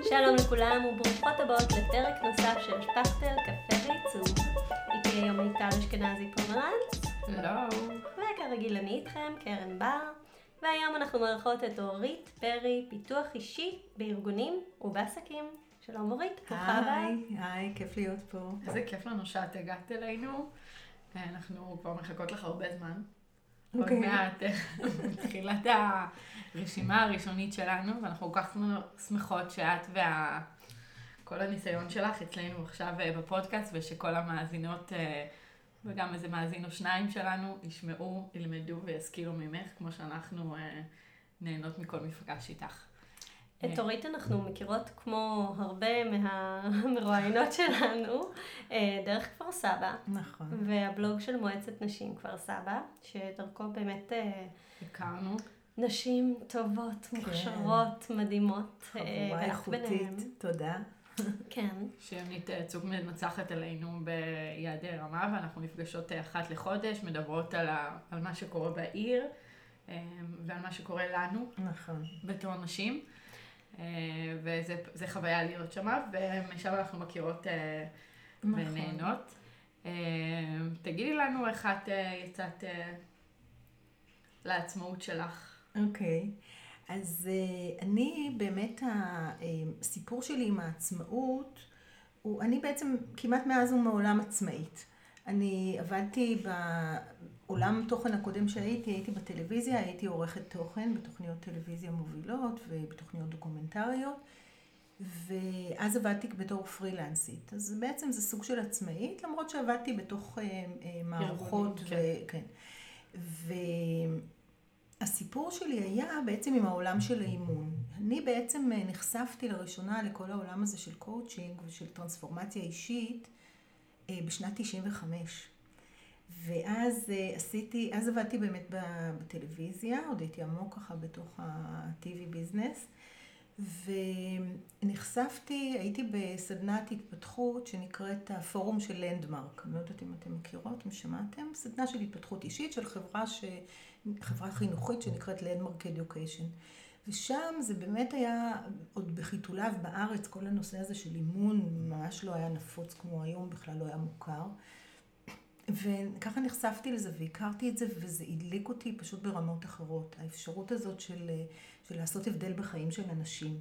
שלום לכולם וברוכות הבאות לפרק נוסף של שפכטל, קפה ועיצוב. איתי היום מיטל אשכנזי פומרנץ. שלום. וכרגיל אני איתכם, קרן בר. והיום אנחנו מארחות את אורית פרי, פיתוח אישי בארגונים ובעסקים. שלום אורית, ברוכה הבאה. היי, כיף להיות פה. איזה כיף לנו שאת הגעת אלינו. אנחנו כבר מחכות לך הרבה זמן. אוקיי. עוד מעט מתחילת הרשימה הראשונית שלנו, ואנחנו כל כך שמחות שאת כל הניסיון שלך אצלנו עכשיו בפודקאסט, ושכל המאזינות וגם איזה מאזין או שניים שלנו ישמעו, ילמדו ויזכירו ממך, כמו שאנחנו נהנות מכל מפגש איתך. את אורית אנחנו מכירות כמו הרבה מהמרואיינות שלנו, דרך כפר סבא. נכון. והבלוג של מועצת נשים כפר סבא, שדרכו באמת הכרנו. נשים טובות, מוכשרות, מדהימות. חבורה איכותית, תודה. כן. שימית צוק מנצחת עלינו ביעדי רמה, ואנחנו נפגשות אחת לחודש, מדברות על מה שקורה בעיר, ועל מה שקורה לנו. נכון. בתור נשים. וזה חוויה להיות שמה, ומשם אנחנו מכירות ונהנות. תגידי לנו איך את יצאת לעצמאות שלך. אוקיי. אז אני באמת, הסיפור שלי עם העצמאות, אני בעצם כמעט מאז ומעולם עצמאית. אני עבדתי בעולם תוכן הקודם הייתי בטלוויזיה, הייתי עורכת תוכן בתוכניות טלוויזיה מובילות ובתוכניות דוקומנטריות, ואז עבדתי בתור פרילנסית. אז בעצם זה סוג של עצמאית, למרות שעבדתי בתוך מערכות. כן. והסיפור שלי היה בעצם עם העולם של האימון. אני בעצם נחשפתי לראשונה לכל העולם הזה של קואוצ'ינג ושל טרנספורמציה אישית, בשנת 95. ואז עבדתי באמת בטלוויזיה, עוד הייתי עמוק ככה בתוך ה-TV ביזנס, ונחשפתי, הייתי בסדנת התפתחות שנקראת הפורום של לנדמרק. אני לא יודעת אם אתם מכירות, אם שמעתם, סדנה של התפתחות אישית של חברה חינוכית שנקראת לנדמרק אדיוקיישן. ושם זה באמת היה עוד בחיתוליו בארץ, כל הנושא הזה של אימון ממש לא היה נפוץ כמו היום, בכלל לא היה מוכר. וככה נחשפתי לזה והכרתי את זה, וזה הדליק אותי פשוט ברמות אחרות. האפשרות הזאת של לעשות הבדל בחיים של אנשים.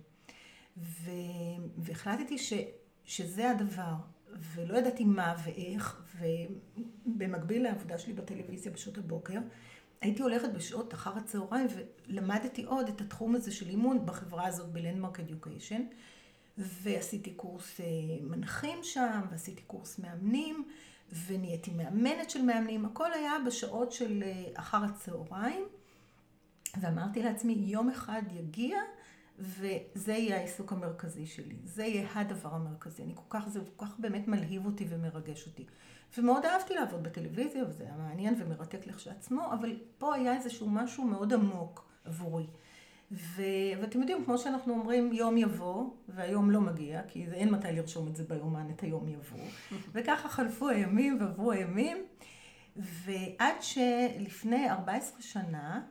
והחלטתי שזה הדבר, ולא ידעתי מה ואיך, ובמקביל לעבודה שלי בטלוויזיה בשעות הבוקר, הייתי הולכת בשעות אחר הצהריים ולמדתי עוד את התחום הזה של אימון בחברה הזאת בלנדמרק אדיוקיישן, ועשיתי קורס מנחים שם, ועשיתי קורס מאמנים, ונהייתי מאמנת של מאמנים. הכל היה בשעות של אחר הצהריים, ואמרתי לעצמי, יום אחד יגיע, וזה יהיה העיסוק המרכזי שלי. זה יהיה הדבר המרכזי. זה כל כך באמת מלהיב אותי ומרגש אותי. ומאוד אהבתי לעבוד בטלוויזיה, וזה היה מעניין ומרתק לכשעצמו, אבל פה היה איזשהו משהו מאוד עמוק עבורי. ואתם יודעים, כמו שאנחנו אומרים, יום יבוא, והיום לא מגיע, כי אין מתי לרשום את זה ביומן, את היום יבוא. וככה חלפו הימים ועברו הימים, ועד שלפני 14 שנה,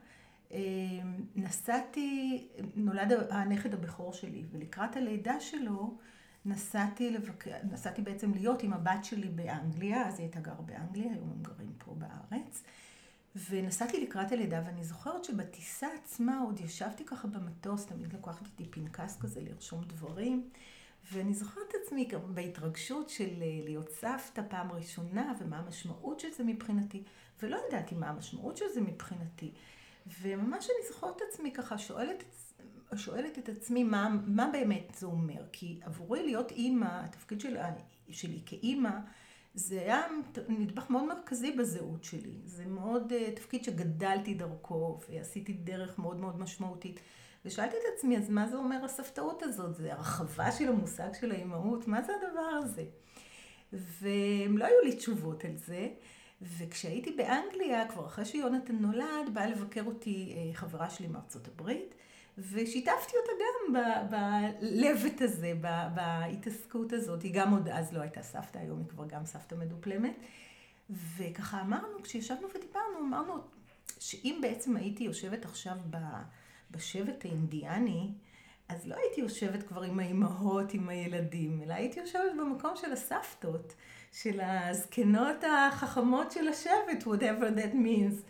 נולד הנכד הבכור שלי, ולקראת הלידה שלו, נסעתי בעצם להיות עם הבת שלי באנגליה, אז היא הייתה גרה באנגליה, היום הם גרים פה בארץ, ונסעתי לקראת הלידה, ואני זוכרת שבטיסה עצמה עוד ישבתי ככה במטוס, תמיד לקחתי איתי פנקס כזה לרשום דברים, ואני זוכרת את עצמי בהתרגשות של להיות סבתא פעם ראשונה, ומה המשמעות של זה מבחינתי, ולא ידעתי מה המשמעות של זה מבחינתי, וממש אני זוכרת את עצמי ככה, שואלת את עצמי מה באמת זה אומר, כי עבורי להיות אימא, התפקיד שלי כאימא, זה היה נדבך מאוד מרכזי בזהות שלי. זה מאוד תפקיד שגדלתי דרכו, ועשיתי דרך מאוד מאוד משמעותית. ושאלתי את עצמי, אז מה זה אומר הסבתאות הזאת? זה הרחבה של המושג של האימהות? מה זה הדבר הזה? ולא היו לי תשובות על זה. וכשהייתי באנגליה, כבר אחרי שיונתן נולד, באה לבקר אותי חברה שלי מארצות הברית, ושיתפתי אותה גם בלבט הזה, בהתעסקות הזאת. היא גם עוד אז לא הייתה סבתא, היום היא כבר גם סבתא מדופלמת. וככה אמרנו, כשישבנו ודיברנו, אמרנו שאם בעצם הייתי יושבת עכשיו בשבט האינדיאני, אז לא הייתי יושבת כבר עם האימהות, עם הילדים, אלא הייתי יושבת במקום של הסבתות, של הזקנות החכמות של השבט, whatever that means.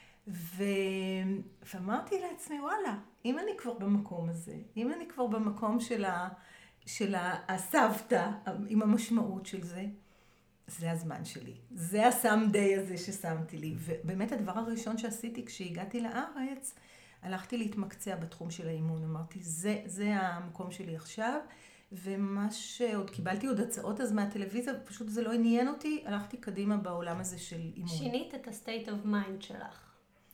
ואמרתי לעצמי, וואלה, אם אני כבר במקום הזה, אם אני כבר במקום של הסבתא, עם המשמעות של זה, זה הזמן שלי. זה הסאמדיי הזה ששמתי לי. ובאמת הדבר הראשון שעשיתי כשהגעתי לארץ, הלכתי להתמקצע בתחום של האימון. אמרתי, זה המקום שלי עכשיו, ומה שעוד קיבלתי עוד הצעות אז מהטלוויזיה, פשוט זה לא עניין אותי, הלכתי קדימה בעולם הזה של אימון. שינית את ה-state of mind שלך.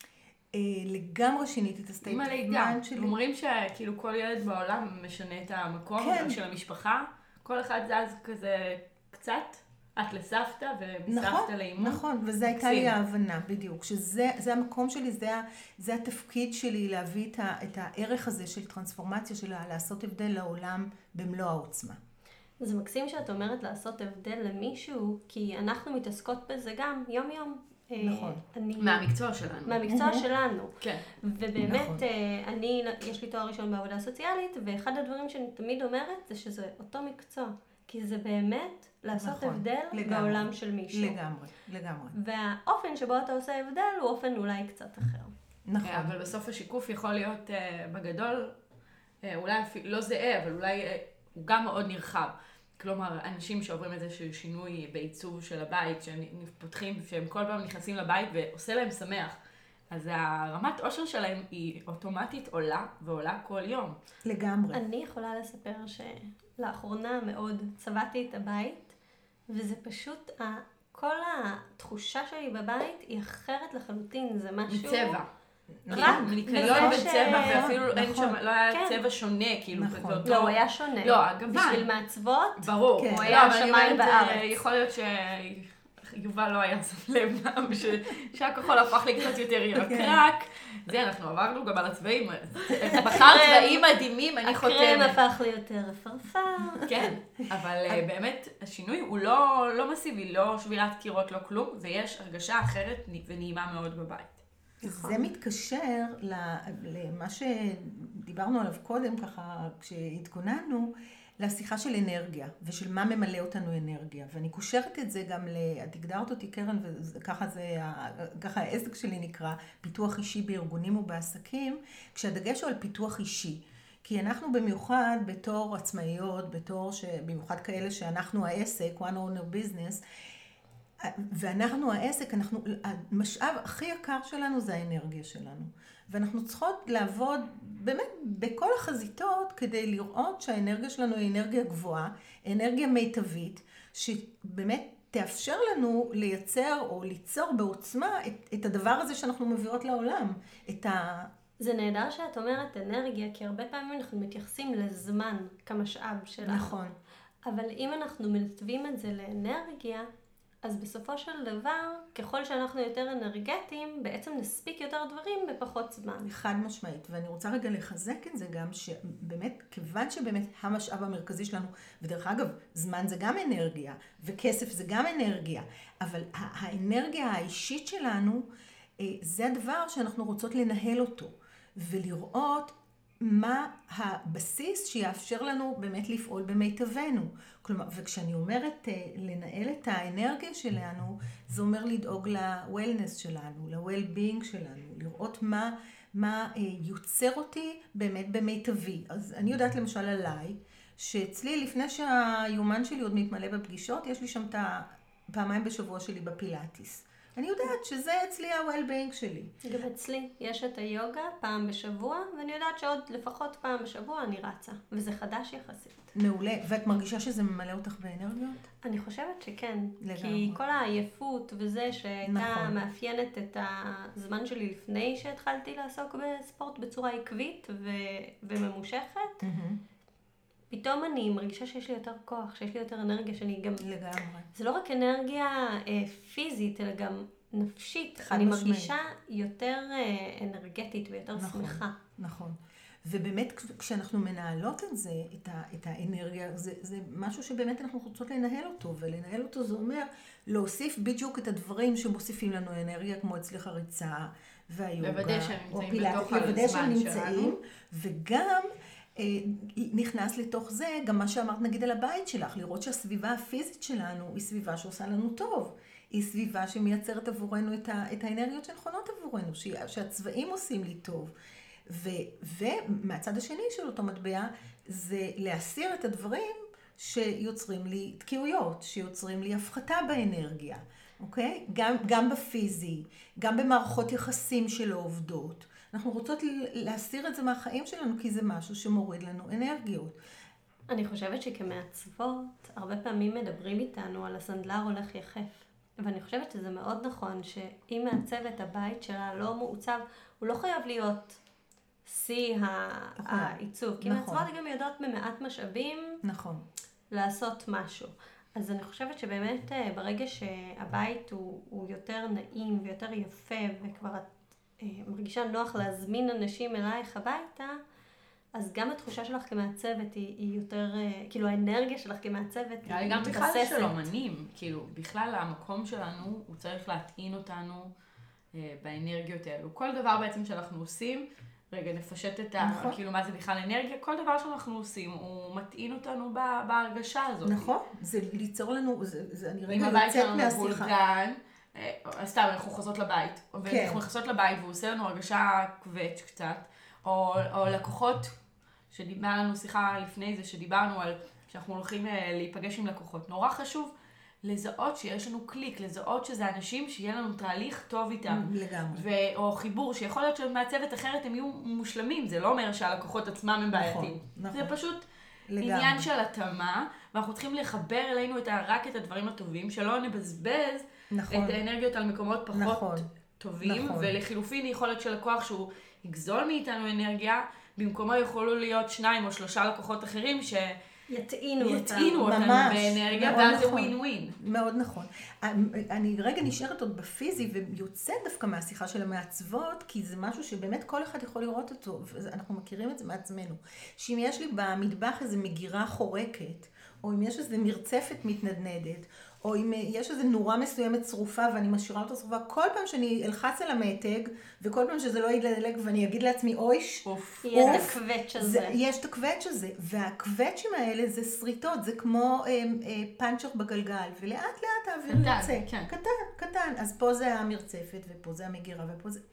לגמרי שיניתי את ה-state of mind שלי. אומרים שכאילו כל ילד בעולם משנה את המקום של המשפחה, כל אחד זז כזה קצת. את לסבתא ומסבתא לאימון. נכון, וזו הייתה לי ההבנה, בדיוק. שזה המקום שלי, זה התפקיד שלי להביא את הערך הזה של טרנספורמציה, של לעשות הבדל לעולם במלוא העוצמה. זה מקסים שאת אומרת לעשות הבדל למישהו, כי אנחנו מתעסקות בזה גם יום-יום. נכון. מהמקצוע שלנו. מהמקצוע שלנו. כן. ובאמת, יש לי תואר ראשון בעבודה סוציאלית, ואחד הדברים שאני תמיד אומרת זה שזה אותו מקצוע. כי זה באמת לעשות הבדל בעולם של מישהו. לגמרי. והאופן שבו אתה עושה הבדל הוא אופן אולי קצת אחר. נכון. אבל בסוף השיקוף יכול להיות בגדול, אולי לא זהה, אבל אולי הוא גם מאוד נרחב. כלומר, אנשים שעוברים איזשהו שינוי בעיצוב של הבית, שפותחים, שהם כל פעם נכנסים לבית ועושה להם שמח. אז הרמת עושר שלהם היא אוטומטית עולה ועולה כל יום. לגמרי. אני יכולה לספר שלאחרונה מאוד צבעתי את הבית, וזה פשוט, כל התחושה שלי בבית היא אחרת לחלוטין, זה משהו... מצבע. רק ניקיון בצבע, ואפילו אין שם, לא היה צבע שונה, כאילו. לא, הוא היה שונה. לא, הגוון. בשביל מעצבות, ברור. הוא היה שמיים בארץ. יכול להיות יובל לא היה שם לב שהכחול הפך לי קצת יותר ירקרק. זה, אנחנו עברנו גם על הצבעים. בחר צבעים מדהימים, אני חותמת. הקרם הפך לי יותר רפרפר. כן, אבל באמת השינוי הוא לא מסיבי, לא שבירת קירות, לא כלום, ויש הרגשה אחרת ונעימה מאוד בבית. זה מתקשר למה שדיברנו עליו קודם, ככה כשהתכוננו, לשיחה של אנרגיה, ושל מה ממלא אותנו אנרגיה. ואני קושרת את זה גם את הגדרת אותי, קרן, וככה העסק שלי נקרא, פיתוח אישי בארגונים ובעסקים, כשהדגש הוא על פיתוח אישי. כי אנחנו במיוחד בתור עצמאיות, במיוחד כאלה שאנחנו העסק, one owner business, ואנחנו העסק, המשאב הכי יקר שלנו זה האנרגיה שלנו. ואנחנו צריכות לעבוד באמת בכל החזיתות כדי לראות שהאנרגיה שלנו היא אנרגיה גבוהה, אנרגיה מיטבית, שבאמת תאפשר לנו לייצר או ליצור בעוצמה את הדבר הזה שאנחנו מביאות לעולם. זה נהדר שאת אומרת אנרגיה, כי הרבה פעמים אנחנו מתייחסים לזמן כמשאב שלנו. נכון. אבל אם אנחנו מנתבים את זה לאנרגיה, אז בסופו של דבר, ככל שאנחנו יותר אנרגטיים, בעצם נספיק יותר דברים בפחות זמן. חד משמעית, ואני רוצה רגע לחזק את זה גם, שבאמת, כיוון שבאמת המשאב המרכזי שלנו, ודרך אגב, זמן זה גם אנרגיה, וכסף זה גם אנרגיה, אבל האנרגיה האישית שלנו, זה הדבר שאנחנו רוצות לנהל אותו, ולראות מה הבסיס שיאפשר לנו באמת לפעול במיטבנו. כלומר, וכשאני אומרת לנהל את האנרגיה שלנו, זה אומר לדאוג ל-wellness שלנו, ל-well-being שלנו, לראות מה יוצר אותי באמת במיטבי. אז אני יודעת למשל עליי, שאצלי לפני שהיומן שלי עוד מתמלא בפגישות, יש לי שם את פעמיים בשבוע שלי בפילאטיס. אני יודעת שזה אצלי ה-well-being שלי. גם אצלי יש את היוגה פעם בשבוע, ואני יודעת שעוד לפחות פעם בשבוע אני רצה, וזה חדש יחסית. מעולה. ואת מרגישה שזה ממלא אותך באנרגיות? אני חושבת שכן. לגמרי. כי כל העייפות וזה שהייתה נכון. מאפיינת את הזמן שלי לפני שהתחלתי לעסוק בספורט בצורה עקבית וממושכת, פתאום אני מרגישה שיש לי יותר כוח, שיש לי יותר אנרגיה, שאני גם... לגמרי. זה לא רק אנרגיה פיזית, אלא גם נפשית. אני משמעית. מרגישה יותר אנרגטית ויותר נכון, שמחה. נכון. ובאמת כשאנחנו מנהלות את זה, את האנרגיה, זה משהו שבאמת אנחנו רוצות לנהל אותו, ולנהל אותו זה אומר להוסיף בדיוק את הדברים שמוסיפים לנו אנרגיה, כמו אצלך הריצה והיוגה. לוודא שהם נמצאים בתוך הזמן שלנו. וגם נכנס לתוך זה גם מה שאמרת נגיד על הבית שלך, לראות שהסביבה הפיזית שלנו היא סביבה שעושה לנו טוב. היא סביבה שמייצרת עבורנו את האנרגיות שנכונות עבורנו, שהצבעים עושים לי טוב. ומהצד השני של אותו מטבע, זה להסיר את הדברים שיוצרים לי תקיעויות, שיוצרים לי הפחתה באנרגיה, אוקיי? גם בפיזי, גם במערכות יחסים שלא עובדות. אנחנו רוצות להסיר את זה מהחיים שלנו, כי זה משהו שמוריד לנו אנרגיות. אני חושבת שכמעצבות, הרבה פעמים מדברים איתנו על הסנדלר הולך יחף. ואני חושבת שזה מאוד נכון, שאם מעצבת הבית שלה לא מעוצב, הוא לא חייב להיות שיא העיצוב. כי מעצבות גם יודעות במעט משאבים לעשות משהו. אז אני חושבת שבאמת ברגע שהבית הוא יותר נעים ויותר יפה, וכבר את מרגישה נוח להזמין אנשים אלייך הביתה, אז גם התחושה שלך כמעצבת היא יותר, כאילו האנרגיה שלך כמעצבת היא גם בכלל של אומנים, כאילו בכלל המקום שלנו הוא צריך להטעין אותנו באנרגיות האלו. כל דבר בעצם שאנחנו עושים, רגע נפשט את כאילו מה זה בכלל אנרגיה, כל דבר שאנחנו עושים הוא מטעין אותנו בהרגשה הזאת. נכון, זה ליצור לנו, אני רגע יוצאת מהשיחה. אם הבית שלנו מבולגן, סתם אנחנו חוזרות לבית, ואנחנו נכנסות לבית והוא עושה לנו הרגשה כבץ' קצת, או לקוחות, שדיבר לנו שיחה לפני זה, שדיברנו על שאנחנו הולכים להיפגש עם לקוחות. נורא חשוב לזהות שיש לנו קליק, לזהות שזה אנשים שיהיה לנו תהליך טוב איתם. לגמרי. או חיבור, שיכול להיות שמעצבת אחרת הם יהיו מושלמים, זה לא אומר שהלקוחות עצמם הם בעייתיים. זה פשוט עניין של התאמה, ואנחנו צריכים לחבר אלינו רק את הדברים הטובים, שלא נבזבז את האנרגיות על מקומות פחות טובים, ולחילופין יכול להיות שלקוח שהוא יגזול מאיתנו אנרגיה, במקומו יכולו להיות 2 או 3 לקוחות אחרים שיטעינו אותנו באנרגיה, ואז זה ווין ווין. מאוד נכון. אני רגע נשארת עוד בפיזי, ויוצאת דווקא מהשיחה של המעצבות, כי זה משהו שבאמת כל אחד יכול לראות אותו, ואנחנו מכירים את זה מעצמנו. שאם יש לי במטבח איזו מגירה חורקת, או אם יש איזו מרצפת מתנדנדת, או אם יש איזו נורה מסוימת צרופה ואני משאירה אותה צרופה, כל פעם שאני אלחץ על המתג, וכל פעם שזה לא ידלג ואני אגיד לעצמי, אויש, יש את הקווץ' הזה. יש את הקווץ' הזה, והקווץ'ים האלה זה שריטות, זה כמו פאנצ'ר בגלגל, ולאט לאט האוויר יוצא. קטן. אז פה זה המרצפת, ופה זה המגירה, ופה זה...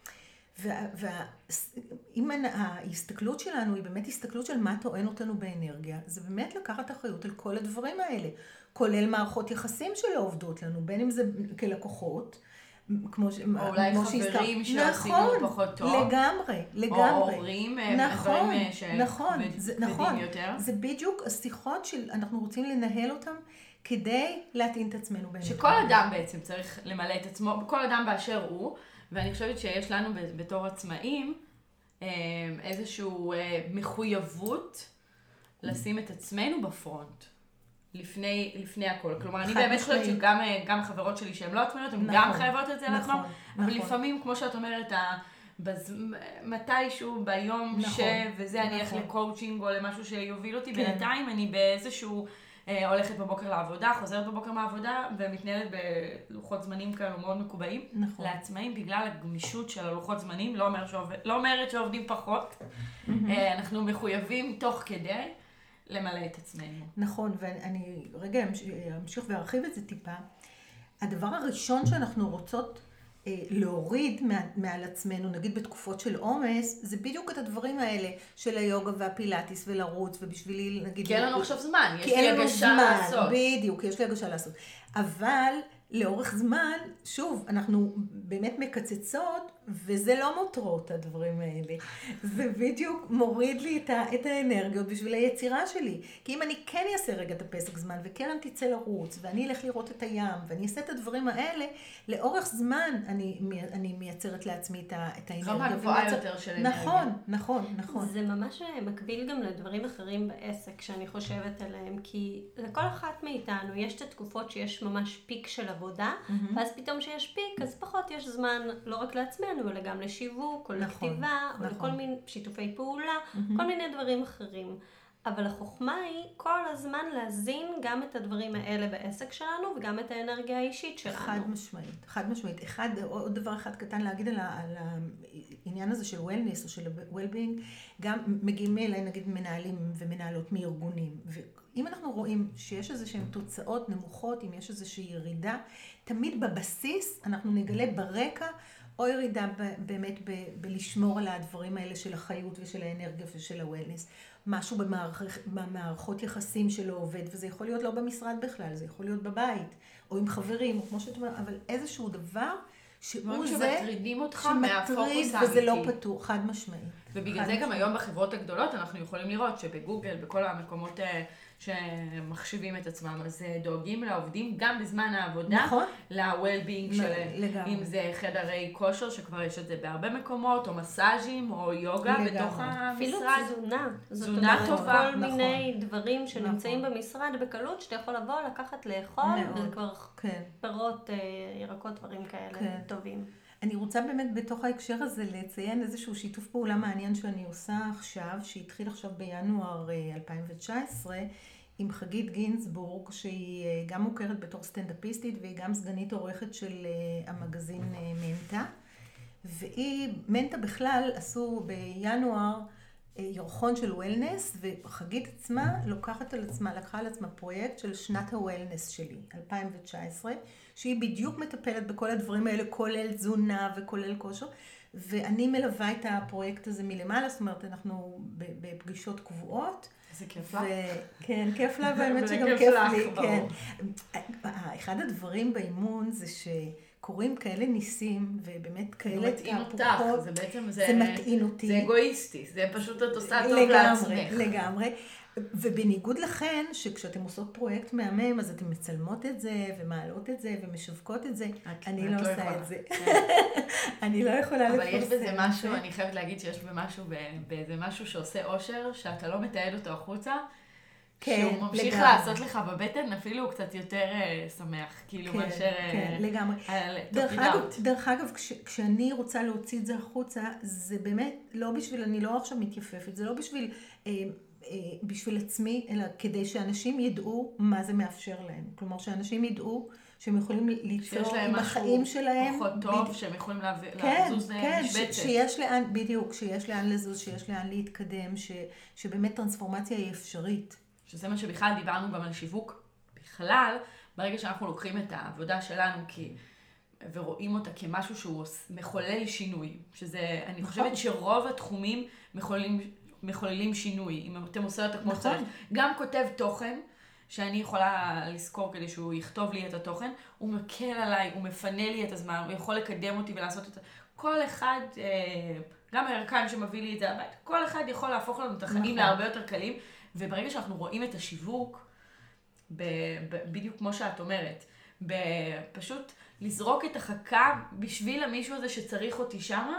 ואם ההסתכלות שלנו היא באמת הסתכלות של מה טוען אותנו באנרגיה, זה באמת לקחת אחריות על כל הדברים האלה, כולל מערכות יחסים שלא עובדות לנו, בין אם זה כלקוחות, או אולי חברים שעשינו פחות טוב. לגמרי. או הורים, דברים שכבדים יותר. זה בדיוק השיחות שאנחנו רוצים לנהל אותם, כדי להתאים את עצמנו באנרגיה. שכל אדם בעצם צריך למלא את עצמו, כל אדם באשר הוא, ואני חושבת שיש לנו בתור עצמאים איזושהי מחויבות לשים את עצמנו בפרונט, לפני הכל. כלומר, אני באמת חושבת שגם החברות שלי שהן לא עצמאיות, הן גם חייבות את זה לעצמם, אבל לפעמים, כמו שאת אומרת, מתישהו ביום וזה אני אלך לקואוצ'ינג או למשהו שיוביל אותי, בינתיים אני באיזשהו... הולכת בבוקר לעבודה, חוזרת בבוקר מהעבודה, ומתנהלת בלוחות זמנים כאלו מאוד מקובעים. נכון. לעצמאים, בגלל הגמישות של הלוחות זמנים, לא אומרת שעובדים פחות. אנחנו מחויבים תוך כדי למלא את עצמנו. נכון, ואני רגע אמשיך וארחיב את זה טיפה. הדבר הראשון שאנחנו רוצות להוריד מעל עצמנו, נגיד בתקופות של עומס, זה בדיוק את הדברים האלה של היוגה והפילאטיס ולרוץ, ובשבילי נגיד... כי אין לנו עכשיו זמן, יש לי הגשה לעשות. בדיוק, יש לי הגשה לעשות. אבל לאורך זמן, שוב, אנחנו באמת מקצצות, וזה לא מותרות הדברים האלה. זה בדיוק מוריד לי את האנרגיות בשביל היצירה שלי. כי אם אני כן אעשה רגע את הפסק זמן, וקרן תצא לרוץ, ואני אלך לראות את הים, ואני אעשה את הדברים האלה, לאורך זמן אני מייצרת לעצמי את האנרגיה. רמה גבוהה יותר של אנרגיה. נכון. זה ממש מקביל גם לדברים אחרים בעסק, שאני חושבת עליהם, כי לכל אחת מאיתנו יש את התקופות שיש ממש פיק של עבודה, ואז פתאום שיש פיק, אז פחות יש זמן לא רק לעצמנו, אלא גם לשיווק, או לכתיבה, או לכל מיני שיתופי פעולה, כל מיני דברים אחרים. אבל החוכמה היא כל הזמן להזין גם את הדברים האלה בעסק שלנו, וגם את האנרגיה האישית שלנו. חד משמעית. עוד דבר אחד קטן להגיד על העניין הזה של wellness או של well-being, גם מגיעים אליי נגיד מנהלים ומנהלות מארגונים, ואם אנחנו רואים שיש איזשהן תוצאות נמוכות, אם יש איזושהי ירידה, תמיד בבסיס אנחנו נגלה ברקע, או ירידה באמת בלשמור על הדברים האלה של החיות ושל האנרגיה ושל ה-wellness. משהו במערכות יחסים שלא עובד, וזה יכול להיות לא במשרד בכלל, זה יכול להיות בבית, או עם חברים, או כמו שאת אומרת, אבל איזשהו דבר שהוא זה שמטרידים אותך מהפוקוס האמיתי. וזה לא פתור, חד משמעית. ובגלל זה גם היום בחברות הגדולות אנחנו יכולים לראות שבגוגל, בכל המקומות שמחשיבים את עצמם, אז דואגים לעובדים גם בזמן העבודה, נכון. ל-well-being שלהם. אם זה חדרי כושר, שכבר יש את זה בהרבה מקומות, או מסאז'ים, או יוגה בתוך המשרד. אפילו תזונה. תזונה טובה. כל מיני דברים שנמצאים במשרד בקלות, שאתה יכול לבוא, לקחת, לאכול, וזה כבר פירות, ירקות, דברים כאלה טובים. אני רוצה באמת בתוך ההקשר הזה לציין איזשהו שיתוף פעולה מעניין שאני עושה עכשיו, שהתחיל עכשיו בינואר 2019, עם חגית גינסבורג, שהיא גם מוכרת בתור סטנדאפיסטית, והיא גם סגנית עורכת של המגזין מנטה. והיא, מנטה בכלל, עשו בינואר ירחון של וולנס, וחגית עצמה לקחה על עצמה פרויקט של שנת הוולנס שלי, 2019, שהיא בדיוק מטפלת בכל הדברים האלה, כולל תזונה וכולל כושר, ואני מלווה את הפרויקט הזה מלמעלה, זאת אומרת, אנחנו בפגישות קבועות. זה כיף לה. כן, כיף לה, והאמת שגם כיף לי. כן. אחד הדברים באימון זה שקורים כאלה ניסים, ובאמת כאלה תהפוכות. זה בעצם, זה מטעין אותי. זה אגואיסטי, זה פשוט את עושה טוב לעצמך. לגמרי. ובניגוד לכן, שכשאתם עושות פרויקט מהמם, אז אתם מצלמות את זה, ומעלות את זה, ומשווקות את זה. אני לא עושה את זה. אני לא יכולה לפרסם. אבל יש בזה משהו, אני חייבת להגיד שיש בזה משהו שעושה אושר, שאתה לא מתעד אותו החוצה, שהוא ממשיך לעשות לך בבטן, אפילו הוא קצת יותר שמח, כאילו מאשר... כן, לגמרי. דרך אגב, כשאני רוצה להוציא את זה החוצה, זה באמת לא בשביל, אני לא עכשיו מתייפפת, זה לא בשביל עצמי, אלא כדי שאנשים ידעו מה זה מאפשר להם. כלומר, שאנשים ידעו שהם יכולים ליצור עם החיים שלהם. שיש להם משהו פחות טוב, שהם יכולים לזוז משבצת. שיש לאן, בדיוק, שיש לאן לזוז, שיש לאן להתקדם, שבאמת טרנספורמציה היא אפשרית. שזה מה שבכלל דיברנו גם על שיווק. בכלל, ברגע שאנחנו לוקחים את העבודה שלנו ורואים אותה כמשהו שהוא מחולל שינוי, שזה, אני חושבת שרוב התחומים מחוללים שינוי, אם אתם עושה אותה כמו שצריך. גם כותב תוכן, שאני יכולה לזכור כדי שהוא יכתוב לי את התוכן, הוא מקל עליי, הוא מפנה לי את הזמן, הוא יכול לקדם אותי ולעשות את... כל אחד, גם הערכן שמביא לי את זה הבית, כל אחד יכול להפוך לנו את החיים להרבה יותר קלים, וברגע שאנחנו רואים את השיווק, בדיוק כמו שאת אומרת, פשוט לזרוק את החכה בשביל המישהו הזה שצריך אותי שמה,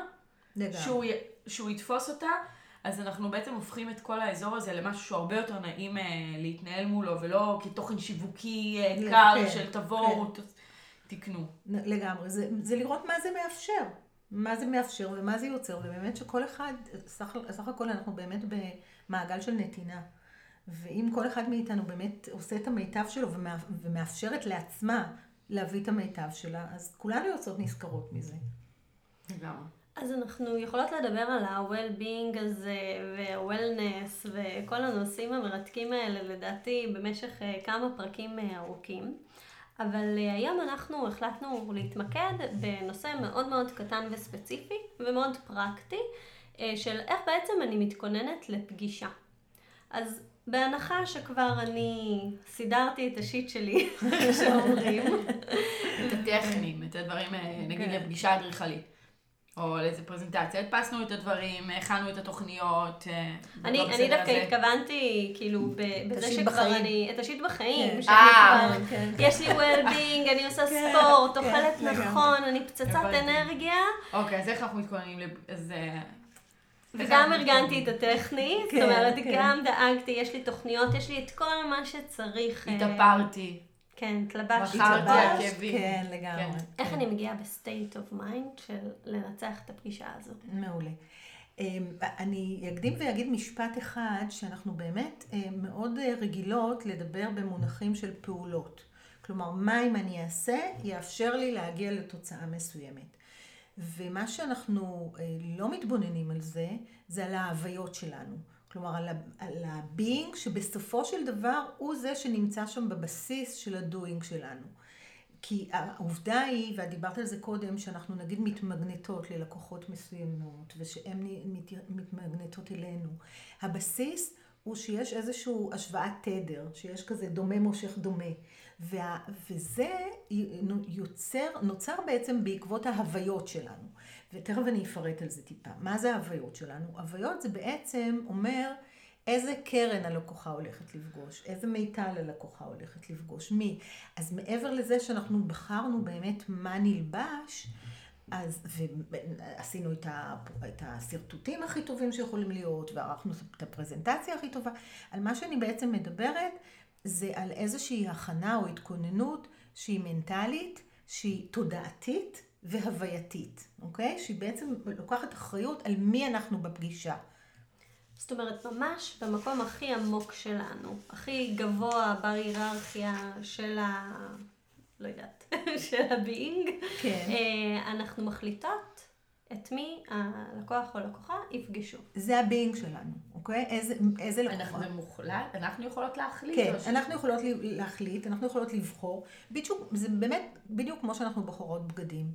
שהוא יתפוס אותה, אז אנחנו בעצם הופכים את כל האזור הזה למשהו שהוא הרבה יותר נעים להתנהל מולו, ולא כתוכן שיווקי קר של תבואו, תקנו. לגמרי, זה לראות מה זה מאפשר. מה זה מאפשר ומה זה יוצר, ובאמת שכל אחד, סך הכל אנחנו באמת במעגל של נתינה. ואם כל אחד מאיתנו באמת עושה את המיטב שלו ומאפשרת לעצמה להביא את המיטב שלה, אז כולנו יוצאות נזכרות מזה. לגמרי. אז אנחנו יכולות לדבר על ה-well-being הזה וה-wellness וכל הנושאים המרתקים האלה לדעתי במשך כמה פרקים ארוכים. אבל היום אנחנו החלטנו להתמקד בנושא מאוד מאוד קטן וספציפי ומאוד פרקטי של איך בעצם אני מתכוננת לפגישה. אז בהנחה שכבר אני סידרתי את השיט שלי, שאומרים. את הטכנים, את הדברים, נגיד לפגישה אדריכלית. או לאיזה פרזנטציה, הדפסנו את הדברים, הכנו את התוכניות. אני דווקא התכוונתי, כאילו, בזה שכבר אני, את השיט בחיים, יש לי well-being, אני עושה ספורט, אוכלת נכון, אני פצצת אנרגיה. אוקיי, אז איך אנחנו מתכוננים לזה? וגם ארגנתי את הטכני, זאת אומרת, גם דאגתי, יש לי תוכניות, יש לי את כל מה שצריך. התאפרתי. כן, התלבשתי. בחרתי עקבים. כן, לגמרי. איך אני מגיעה בסטייט אוף מיינד של לנצח את הפגישה הזו? מעולה. אני אקדים ואגיד משפט אחד, שאנחנו באמת מאוד רגילות לדבר במונחים של פעולות. כלומר, מה אם אני אעשה, יאפשר לי להגיע לתוצאה מסוימת. ומה שאנחנו לא מתבוננים על זה, זה על ההוויות שלנו. כלומר, על הביינג שבסופו של דבר הוא זה שנמצא שם בבסיס של הדוינג שלנו. כי העובדה היא, ואת דיברת על זה קודם, שאנחנו נגיד מתמגנטות ללקוחות מסוימות, ושהן מתמגנטות אלינו. הבסיס הוא שיש איזשהו השוואת תדר, שיש כזה דומה מושך דומה. וזה נוצר בעצם בעקבות ההוויות שלנו. ותכף אני אפרט על זה טיפה. מה זה ההוויות שלנו? ההוויות זה בעצם אומר איזה קרן הלקוחה הולכת לפגוש, איזה מיטל הלקוחה הולכת לפגוש, מי. אז מעבר לזה שאנחנו בחרנו באמת מה נלבש, ועשינו את הסרטוטים הכי טובים שיכולים להיות, וערכנו את הפרזנטציה הכי טובה. על מה שאני בעצם מדברת, זה על איזושהי הכנה או התכוננות שהיא מנטלית, שהיא תודעתית והווייתית, אוקיי? שהיא בעצם לוקחת אחריות על מי אנחנו בפגישה. זאת אומרת, ממש במקום הכי עמוק שלנו, הכי גבוה בהיררכיה של לא יודעת, של הביינג, כן. אנחנו מחליטות את מי הלקוח או לקוחה יפגשו. זה הביינג שלנו, אוקיי? איזה לקוחה. זה מוחלט, אנחנו יכולות להחליט. כן, אנחנו יכולות להחליט, אנחנו יכולות לבחור. זה באמת בדיוק כמו שאנחנו בוחרות בגדים.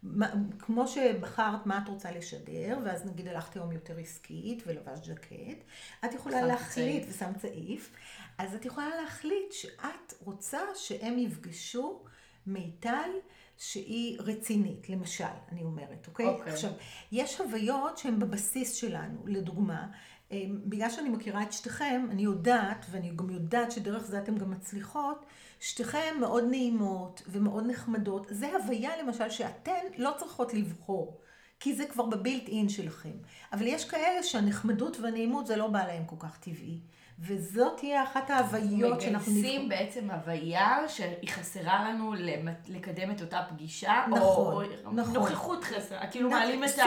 כמו שבחרת מה את רוצה לשדר, ואז נגיד הלכת יום יותר עסקית ולבש ג'קט, את יכולה להחליט ושם צעיף, אז את יכולה להחליט שאת רוצה שהם יפגשו מיטל שהיא רצינית, למשל, אני אומרת, אוקיי? עכשיו, יש הוויות שהן בבסיס שלנו, לדוגמה, בגלל שאני מכירה את שתיכם, אני יודעת, ואני גם יודעת שדרך זה אתם גם מצליחות, שתיכם מאוד נעימות ומאוד נחמדות. זה הוויה למשל שאתן לא צריכות לבחור, כי זה כבר בבילט אין שלכם. אבל יש כאלה שהנחמדות והנעימות זה לא בא להם כל כך טבעי. וזאת תהיה אחת ההוויות שאנחנו מגייסים בעצם הוויה שהיא חסרה לנו לקדם את אותה פגישה, נכון, או נוכחות חסרה, כאילו מעלים את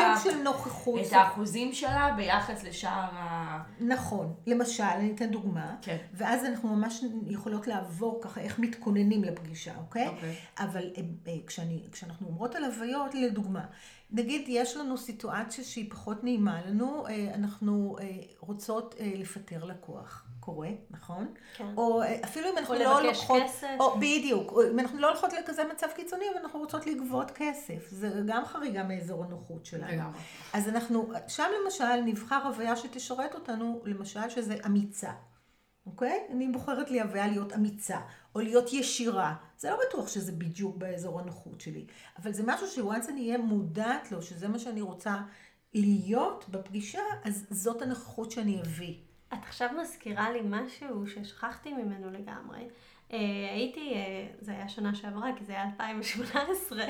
האחוזים שלה ביחס לשאר נכון, למשל, אני אתן דוגמה, כן. ואז אנחנו ממש יכולות לעבור ככה איך מתכוננים לפגישה, אוקיי? אבל כשאנחנו אומרות על הוויות, לדוגמה, נגיד יש לנו סיטואציה שהיא פחות נעימה לנו, אנחנו רוצות לפטר לקוח, קורה, נכון? כן. או אפילו אם אנחנו לא לוקחות, או בדיוק, אם אנחנו לא הולכות לכזה מצב קיצוני, אבל אנחנו רוצות לגבות כסף, זה גם חריגה מאזור הנוחות שלנו. אז אנחנו, שם למשל נבחר הוויה שתשרת אותנו, למשל שזה אמיצה. אוקיי? אני בוחרת לי הוויה להיות אמיצה, או להיות ישירה. זה לא בטוח שזה בדיוק באזור הנוחות שלי, אבל זה משהו שוואנס אני אהיה מודעת לו, שזה מה שאני רוצה להיות בפגישה, אז זאת הנוכחות שאני אביא. את עכשיו מזכירה לי משהו ששכחתי ממנו לגמרי. הייתי, זה היה שנה שעברה, כי זה היה 2018,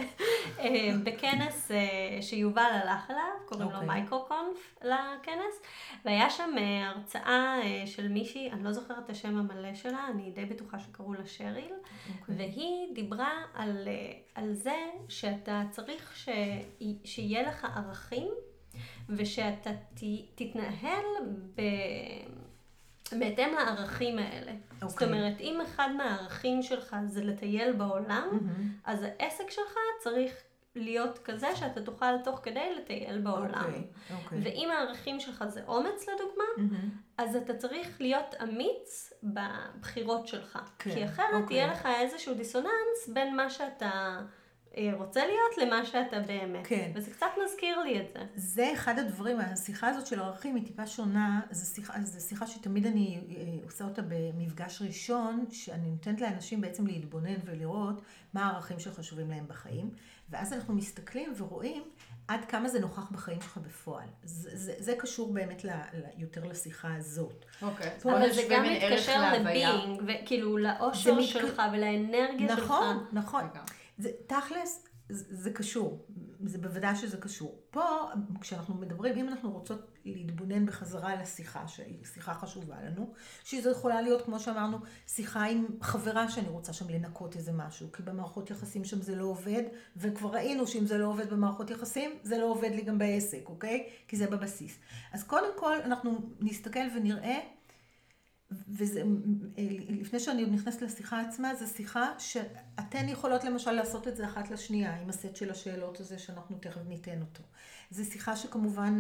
בכנס שיובל הלך אליו, קוראים לו מייקרו-קונף לכנס, והיה שם הרצאה של מישהי, אני לא זוכרת את השם המלא שלה, אני די בטוחה שקראו לה שריל, והיא דיברה על זה שאתה צריך שיהיה לך ערכים, ושאתה תתנהל בהתאם לערכים האלה. זאת אומרת, אם אחד מהערכים שלך זה לטייל בעולם, אז העסק שלך צריך להיות כזה שאתה תוכל תוך כדי לטייל בעולם. ואם הערכים שלך זה אומץ לדוגמה, אז אתה צריך להיות אמיץ בבחירות שלך. כי אחרת תהיה לך איזשהו דיסוננס בין מה שאתה רוצה להיות למה שאתה באמת. כן. וזה קצת מזכיר לי את זה. זה אחד הדברים, השיחה הזאת של הערכים היא טיפה שונה, זו שיחה שתמיד אני עושה אותה במפגש ראשון, שאני נותנת לאנשים בעצם להתבונן ולראות מה הערכים שחשובים להם בחיים, ואז אנחנו מסתכלים ורואים עד כמה זה נוכח בחיים שלך בפועל. זה קשור באמת יותר לשיחה הזאת. אוקיי. אבל זה גם מתקשר לביינג, וכאילו לאושר שלך ולאנרגיה שלך. נכון. תכלס, זה קשור, זה בוודאי שזה קשור. פה, כשאנחנו מדברים, אם אנחנו רוצות להתבונן בחזרה לשיחה, שהיא שיחה חשובה לנו, שזו יכולה להיות, כמו שאמרנו, שיחה עם חברה שאני רוצה שם לנקות איזה משהו, כי במערכות יחסים שם זה לא עובד, וכבר ראינו שאם זה לא עובד במערכות יחסים, זה לא עובד לי גם בעסק, אוקיי? כי זה בבסיס. אז קודם כל, אנחנו נסתכל ונראה, וזה, לפני שאני עוד נכנסת לשיחה עצמה, זו שיחה שאתן יכולות למשל לעשות את זה אחת לשנייה, עם הסט של השאלות הזה שאנחנו תכף ניתן אותו. זו שיחה שכמובן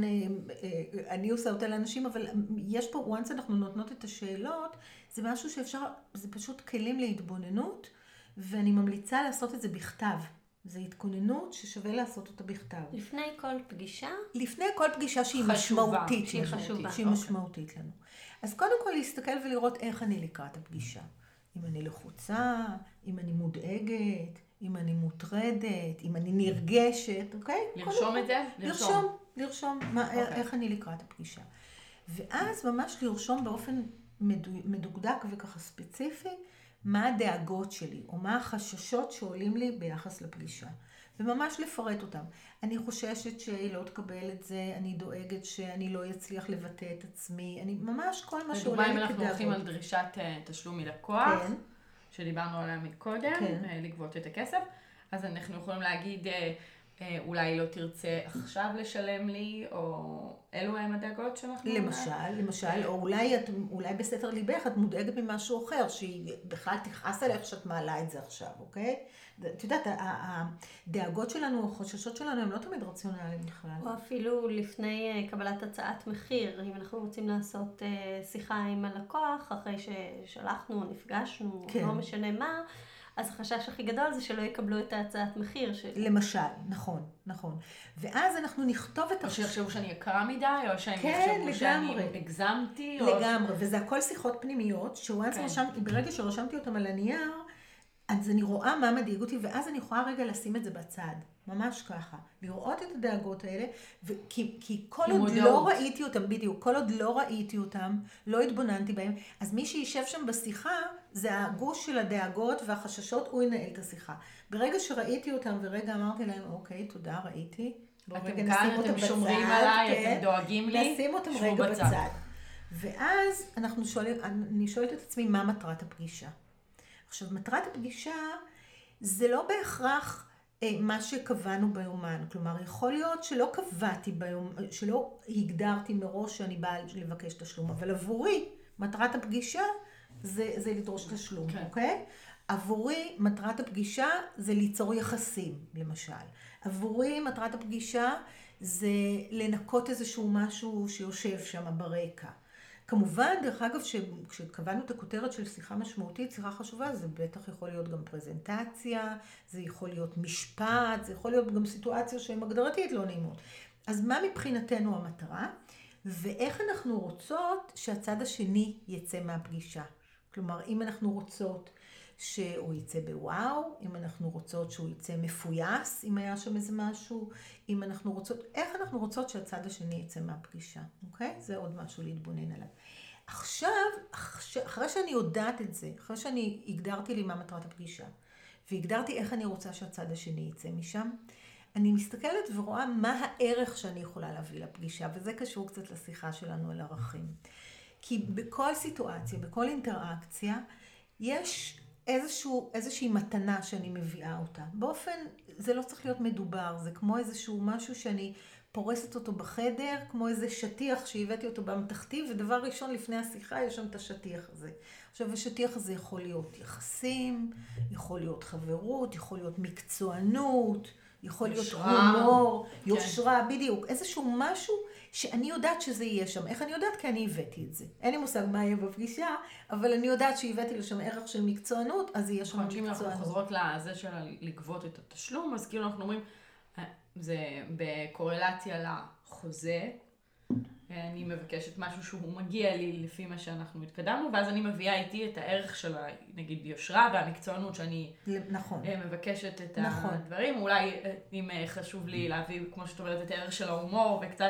אני עושה אותה לאנשים, אבל יש פה, once אנחנו נותנות את השאלות, זה משהו שאפשר, זה פשוט כלים להתבוננות, ואני ממליצה לעשות את זה בכתב. זו התכוננות ששווה לעשות אותה בכתב. לפני כל פגישה? לפני כל פגישה שהיא משמעותית. שהיא חשובה. שהיא משמעותית לנו. אז קודם כל להסתכל ולראות איך אני לקראת הפגישה. אם אני לחוצה, אם אני מודאגת, אם אני מוטרדת, אם אני נרגשת, אוקיי? לרשום את זה? לרשום. איך אני לקראת הפגישה. ואז ממש לרשום באופן מדוקדק וככה ספציפי, מה הדאגות שלי, או מה החששות שעולים לי ביחס לפגישה. וממש לפרט אותם. אני חוששת שהיא לא תקבל את זה, אני דואגת שאני לא אצליח לבטא את עצמי, אני ממש כל מה שעולה לי כדאגות. לדוגמה, אם אנחנו הולכים על דרישת תשלום מלקוח, כן. שדיברנו עליה מקודם, כן. לגבות את הכסף, אז אנחנו יכולים להגיד, אולי לא תרצה עכשיו לשלם לי, או אלו הם הדאגות שאנחנו... למשל, או אולי בסתר ליבך את מודאגת ממשהו אחר, שהיא בכלל תכעס עליך שאת מעלה את זה עכשיו, אוקיי? את יודעת, הדאגות שלנו, החששות שלנו, הם לא תמיד רציונליים בכלל. או אפילו לפני קבלת הצעת מחיר, אם אנחנו רוצים לעשות שיחה עם הלקוח, אחרי ששלחנו, נפגשנו, כן. לא משנה מה, אז החשש הכי גדול זה שלא יקבלו את ההצעת מחיר. למשל, נכון. ואז אנחנו נכתוב את... או שיחשבו שאני יקרה מדי, או שהם יחשבו שאני הגזמתי. לגמרי, וזה הכל שיחות פנימיות, ברגע שרשמתי אותם על הנייר, אז אני רואה מה מדאיג אותי, ואז אני יכולה רגע לשים את זה בצד. ממש ככה. לראות את הדאגות האלה, כי כל עוד לא ראיתי אותם, בדיוק, כל עוד לא ראיתי אותם, לא התבוננתי בהם, אז מי שישב שם בשיחה, זה הגוש של הדאגות והחששות, הוא ינהל את השיחה. ברגע שראיתי אותם, ורגע אמרתי להם, אוקיי, תודה, ראיתי. אתם כאן, אתם שומרים עליי, אתם דואגים לי, נשים אותם רגע בצד. ואז אני שואלת את עצמי, מה מטרת הפגישה? עכשיו, מטרת הפגישה זה לא בהכרח מה שקבענו ביומן. כלומר, יכול להיות שלא קבעתי ביומן, שלא הגדרתי מראש שאני באה לבקש תשלום, אבל עבורי, מטרת הפגישה זה לדרוש תשלום, אוקיי? עבורי, מטרת הפגישה זה ליצור יחסים, למשל. עבורי, מטרת הפגישה זה לנקות איזשהו משהו שיושב שם ברקע. כמובן, דרך אגב, כשקבענו את הכותרת של שיחה משמעותית, שיחה חשובה, זה בטח יכול להיות גם פרזנטציה, זה יכול להיות משפט, זה יכול להיות גם סיטואציה שהן הגדרתית לא נעימות. אז מה מבחינתנו המטרה? ואיך אנחנו רוצות שהצד השני יצא מהפגישה? כלומר, אם אנחנו רוצות שהוא יצא בוואו, אם אנחנו רוצות שהוא יצא מפויס, אם היה שם איזה משהו, אם אנחנו רוצות, איך אנחנו רוצות שהצד השני יצא מהפגישה, אוקיי? זה עוד משהו להתבונן עליו. עכשיו, אחרי שאני יודעת את זה, אחרי שאני הגדרתי לי מה מטרת הפגישה, והגדרתי איך אני רוצה שהצד השני יצא משם, אני מסתכלת ורואה מה הערך שאני יכולה להביא לפגישה, וזה קשור קצת לשיחה שלנו על ערכים. כי בכל סיטואציה, בכל אינטראקציה, יש איזושהי מתנה שאני מביאה אותה. באופן, זה לא צריך להיות מדובר, זה כמו איזשהו משהו שאני פורסת אותו בחדר, כמו איזה שטיח שהבאתי אותו באמתחתי, ודבר ראשון לפני השיחה יש שם את השטיח הזה. עכשיו, השטיח הזה יכול להיות יחסים, יכול להיות חברות, יכול להיות מקצוענות, יכול להיות הומור, יושרה, בדיוק. איזשהו משהו שאני יודעת שזה יהיה שם. איך אני יודעת? כי אני הבאתי את זה. אין לי מושג מה יהיה בפגישה, אבל אני יודעת שהבאתי לשם ערך של מקצוענות, אז יהיה שם מקצוענות. אם אנחנו חוזרות לזה של לגבות את התשלום, אז כאילו אנחנו אומרים, זה בקורלציה לחוזה, אני מבקשת משהו שהוא מגיע לי לפי מה שאנחנו התקדמנו, ואז אני מביאה איתי את הערך של, נגיד, יושרה והמקצוענות שאני מבקשת את הדברים. אולי אם חשוב לי להביא, כמו שאת אומרת, את הערך של ההומור, וקצת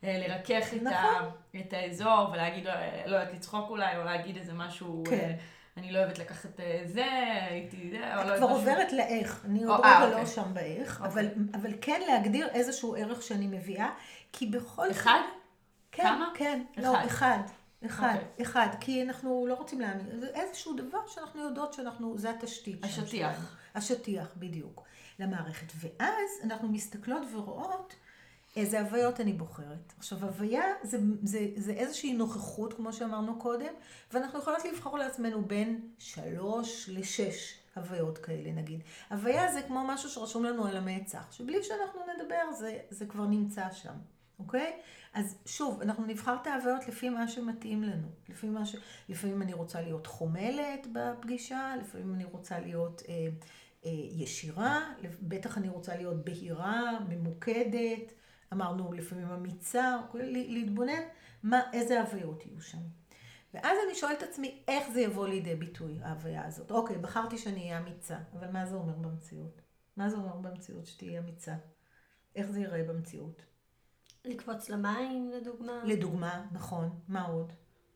לרכך את האזור, ולהגיד, לא יודעת, לצחוק אולי, או להגיד איזה משהו אני לא אוהבת לקחת זה, הייתי זה, או לא את כבר עוברת לאיך, אני עוד רגע לא שם באיך, אבל כן להגדיר איזשהו ערך שאני מביאה, כי בכל... אחד? כן, כמה? כן, לא, אחד, כי אנחנו לא רוצים להאמין, זה איזשהו דבר שאנחנו יודעות זה התשתית. השטיח. השטיח, בדיוק, למערכת. ואז אנחנו מסתכלות ורואות איזה הוויות אני בוחרת. עכשיו, הוויה זה איזושהי נוכחות, כמו שאמרנו קודם, ואנחנו יכולות לבחור לעצמנו בין 3 ל-6 הוויות כאלה, נגיד. הוויה זה כמו משהו שרשום לנו על המצח, שבלי שאנחנו נדבר, זה כבר נמצא שם, אוקיי? אז שוב, אנחנו נבחר את ההוויות לפי מה שמתאים לנו. לפעמים אני רוצה להיות חומלת בפגישה, לפעמים אני רוצה להיות ישירה, בטח אני רוצה להיות בהירה, ממוקדת, אמרנו לפעמים אמיצה, להתבונן איזה הוויות יהיו שם. ואז אני שואלת את עצמי איך זה יבוא לידי ביטוי, ההוויה הזאת. אוקיי, בחרתי שאני אהיה אמיצה, אבל מה זה אומר במציאות? מה זה אומר במציאות שתהיה אמיצה? איך זה ייראה במציאות? לקפוץ למים, לדוגמה. לדוגמה, נכון. מה עוד?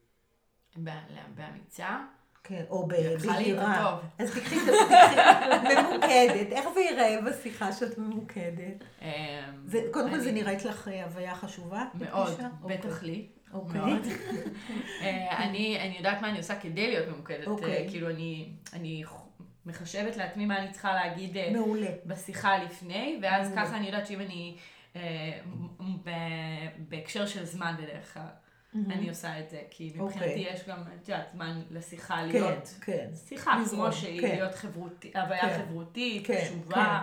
באמיצה. כן, או בהירה. אז תקחי ממוקדת. איך זה ייראה בשיחה שאת ממוקדת? קודם כל זה נראית לך הוויה חשובה? מאוד, בטח לי. מאוד. אני יודעת מה אני עושה כדי להיות ממוקדת. כאילו אני מחשבת לעצמי מה אני צריכה להגיד בשיחה לפני, ואז ככה אני יודעת שאם אני בהקשר של זמן בדרך כלל. אני עושה את זה, כי מבחינתי יש גם, את יודעת, זמן לשיחה להיות שיחה, כמו שהיא להיות חברותית, הוויה חברותית, קשובה,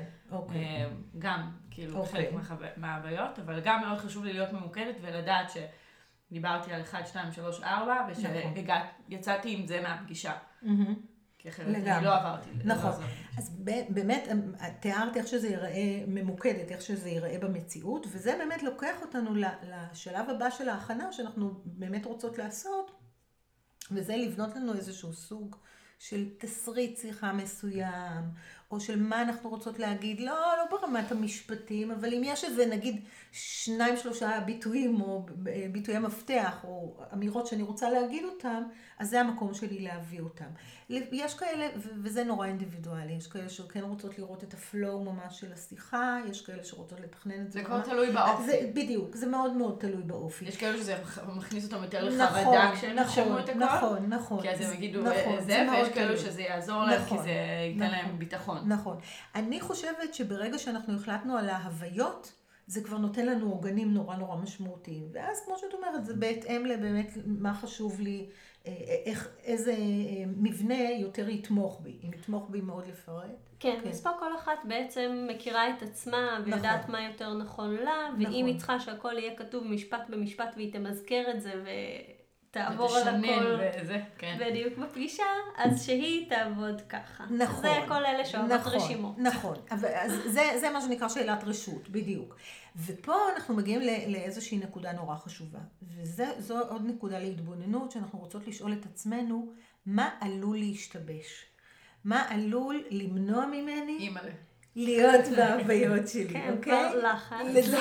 גם כאילו חלק מההוויות, כי חלק מאוד חשוב לי להיות ממוקדת ולדעת שדיברתי על 1, 2, 3, 4, ושיצאתי עם זה מהפגישה. כי אחרת אני לא עברתי. נכון. אז באמת, תיארת איך שזה ייראה ממוקדת, איך שזה ייראה במציאות, וזה באמת לוקח אותנו לשלב הבא של ההכנה שאנחנו באמת רוצות לעשות, וזה לבנות לנו איזשהו סוג של תסריט שיחה מסוים, או של מה אנחנו רוצות להגיד, לא ברמת המשפטים, אבל אם יש איזה נגיד 2-3 ביטויים או ביטויי מפתח או אמירות שאני רוצה להגיד אותם, אז זה המקום שלי להביא אותם. יש כאלה, וזה נורא אינדיבידואלי, יש כאלה שכן רוצות לראות את הפלואו ממש של השיחה, יש כאלה שרוצות לתכנן את זה. זה כבר תלוי באופי. בדיוק, זה מאוד מאוד תלוי באופי. יש כאלה שזה מכניס אותם יותר לחרדה כשהם ישמעו את הכל. נכון. כי אז הם יגידו זה, ויש כאלה שזה יעזור להם, כי זה ייתן להם ביטחון. נכון. אני חושבת שברגע שאנחנו החלטנו על ההוויות, זה כבר נותן לנו עוגנים נורא נורא משמעותיים. ואז כמו שאת אומרת, זה בהתאם לבאמת מה חשוב לי, איזה מבנה יותר יתמוך בי. אם יתמוך בי מאוד לפרט. כן, אז פה כל אחת בעצם מכירה את עצמה ויודעת מה יותר נכון לה, ואם היא צריכה שהכל יהיה כתוב משפט במשפט והיא תמזכר את זה תעבור על הכל בדיוק בפגישה, אז שהיא תעבוד ככה. נכון. זה כל אלה שאוהבות רשימות. נכון. אז זה מה שנקרא שאלת רשות, בדיוק. ופה אנחנו מגיעים לאיזושהי נקודה נורא חשובה. וזו עוד נקודה להתבוננות שאנחנו רוצות לשאול את עצמנו, מה עלול להשתבש? מה עלול למנוע ממני? להיות בהוויות שלי, כן, כבר לחץ.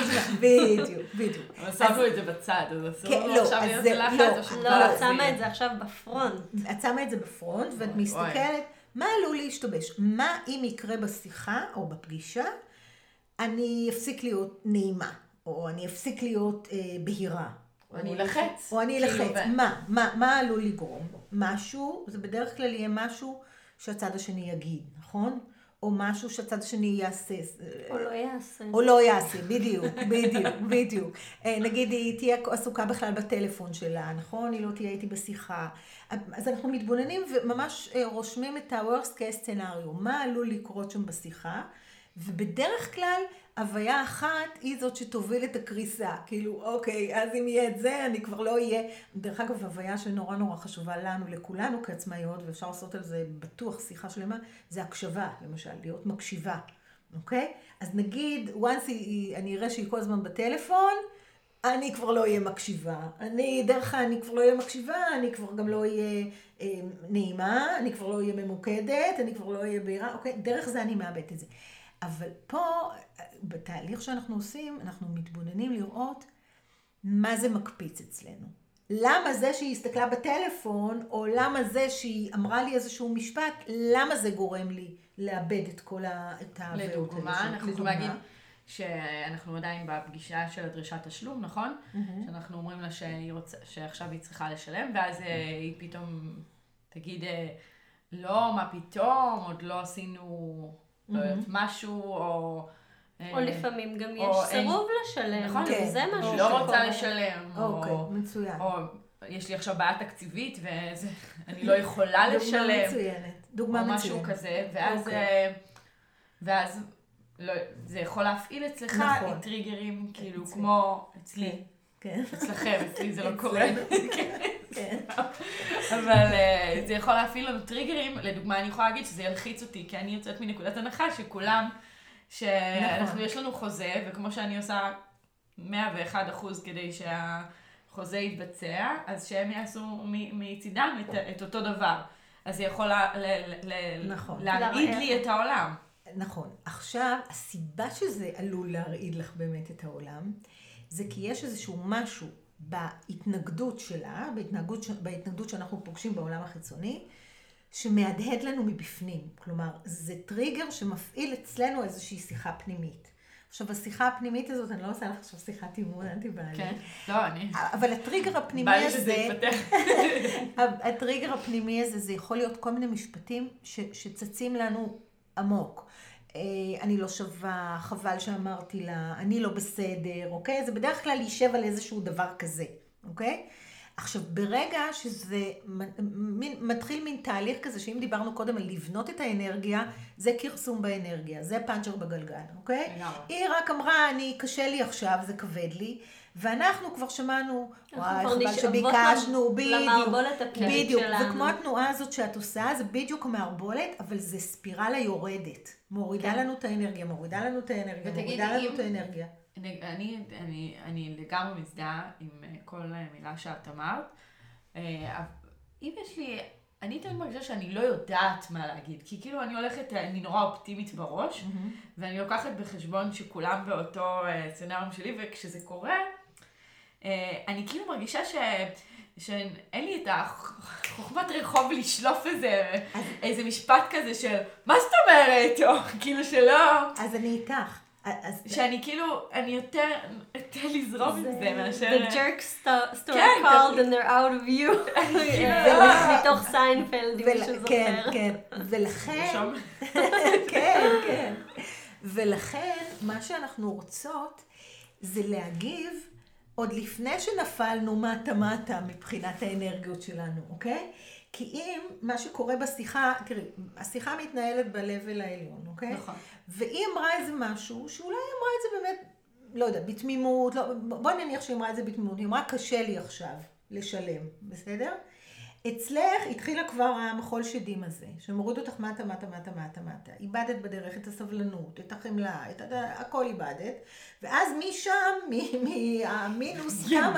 בדיוק. אבל שמנו את זה בצד, אז אסור לנו עכשיו להיות בלחץ. לא, את שמה את זה עכשיו בפרונט. את שמה את זה בפרונט, ואת מסתכלת, מה עלול להשתבש? מה אם יקרה בשיחה או בפגישה, אני אפסיק להיות נעימה, או אני אפסיק להיות בהירה. או אני אלחץ. מה עלול לגרום? משהו, זה בדרך כלל יהיה משהו שהצד השני יגיד, נכון? או משהו שהצד השני יעשה. או לא יעשה, בדיוק. נגיד, היא תהיה עסוקה בכלל בטלפון שלה, נכון? היא לא תהיה איתי בשיחה. אז אנחנו מתבוננים וממש רושמים את ה-worst case scenario, מה עלול לקרות שם בשיחה, ובדרך כלל, הוויה אחת היא זאת שתוביל את הקריסה. כאילו, אוקיי, אז אם יהיה את זה, אני כבר לא אהיה. דרך אגב, הוויה שנורא נורא חשובה לנו, לכולנו כעצמאיות, ואפשר לעשות על זה בטוח שיחה שלמה, זה הקשבה, למשל, להיות מקשיבה. אוקיי? אז נגיד, once אני אראה שהיא כל הזמן בטלפון, אני כבר לא אהיה מקשיבה. אני כבר לא אהיה מקשיבה, אני כבר גם לא אהיה נעימה, אני כבר לא אהיה ממוקדת, אני כבר לא אהיה בהירה. אוקיי? דרך זה אני מאבדת את זה. אבל פה, בתהליך שאנחנו עושים, אנחנו מתבוננים לראות מה זה מקפיץ אצלנו. למה זה שהיא הסתכלה בטלפון, או למה זה שהיא אמרה לי איזשהו משפט, למה זה גורם לי לאבד את כל העבירות. לדוגמה, אנחנו יכולים להגיד שאנחנו עדיין בפגישה של הדרישת תשלום, נכון? שאנחנו אומרים לה שעכשיו היא צריכה לשלם, ואז היא פתאום תגיד, לא, מה פתאום, עוד לא עשינו משהו, או לפעמים גם יש סירוב לשלם, נכון, זה משהו שקורה. לא רוצה לשלם, אוקיי, מצוין. או יש לי עכשיו בעיה תקציבית ואני לא יכולה לשלם. דוגמה מצוינת. או משהו כזה, ואז זה יכול להפעיל אצלך טריגרים, כאילו כמו אצלי. אצלכם, אצלי זה לא קורה. אבל זה יכול להפעיל לנו טריגרים, לדוגמה אני יכולה להגיד שזה ילחיץ אותי, כי אני יוצאת מנקודת הנחה שכולם, יש לנו חוזה, וכמו שאני עושה 101% כדי שהחוזה יתבצע, אז שהם יעשו מצידם את אותו דבר. אז זה יכול להרעיד לי את העולם. נכון. עכשיו, הסיבה שזה עלול להרעיד לך באמת את העולם, זה כי יש איזשהו משהו בהתנגדות שלה, בהתנגדות שאנחנו פוגשים בעולם החיצוני, שמהדהד לנו מבפנים. כלומר, זה טריגר שמפעיל אצלנו איזושהי שיחה פנימית. עכשיו, השיחה הפנימית הזאת, אני לא עושה לך עכשיו שיחת אימון, אנטי בעלי. כן, לא, אני... אבל הטריגר הפנימי הזה... בא לי שזה יתפתח. הטריגר הפנימי הזה, זה יכול להיות כל מיני משפטים שצצים לנו עמוק. אני לא שווה, חבל שאמרתי לה, אני לא בסדר, אוקיי? זה בדרך כלל יישב על איזשהו דבר כזה, אוקיי? עכשיו, ברגע שזה מתחיל מין תהליך כזה, שאם דיברנו קודם על לבנות את האנרגיה, זה כרסום באנרגיה, זה פאנצ'ר בגלגל, אוקיי? היא רק אמרה, קשה לי עכשיו, זה כבד לי, ואנחנו כבר שמענו, וואי, חבל שביקשנו, בדיוק, וכמו התנועה הזאת שאת עושה, זה בדיוק המערבולת, אבל זה ספירלה יורדת, מורידה לנו את האנרגיה, מורידה לנו את האנרגיה. אני לגמרי מזדהה עם כל מילה שאת אמרת. אם יש לי, אני תמיד מרגישה שאני לא יודעת מה להגיד, כי כאילו אני הולכת, אני נורא אופטימית בראש, ואני לוקחת בחשבון שכולם באותו סצנריום שלי, וכשזה קורה, אני כאילו מרגישה שאין לי את החוכמת רחוב לשלוף איזה משפט כזה של, מה זאת אומרת? או כאילו שלא. אז אני איתך. שאני כאילו, אני יותר אתן לזרום עם זה מאשר... The jerk story called and they're out of you. מתוך סיינפלד, אם מישהו זוכר. כן, ולכן... כן. ולכן, מה שאנחנו רוצות זה להגיב עוד לפני שנפלנו מטה מבחינת האנרגיות שלנו, אוקיי? כי אם מה שקורה בשיחה, תראי, השיחה מתנהלת ב-level העליון, אוקיי? נכון. והיא אמרה איזה משהו, שאולי היא אמרה את זה באמת, לא יודע, בתמימות, לא, בואי נניח שהיא אמרה את זה בתמימות, היא אמרה קשה לי עכשיו לשלם, בסדר? אצלך התחילה כבר המחול שדים הזה, שמוריד אותך מטה. איבדת בדרך את הסבלנות, את החמלה, הכל איבדת, ואז משם, מהמינוס כמה,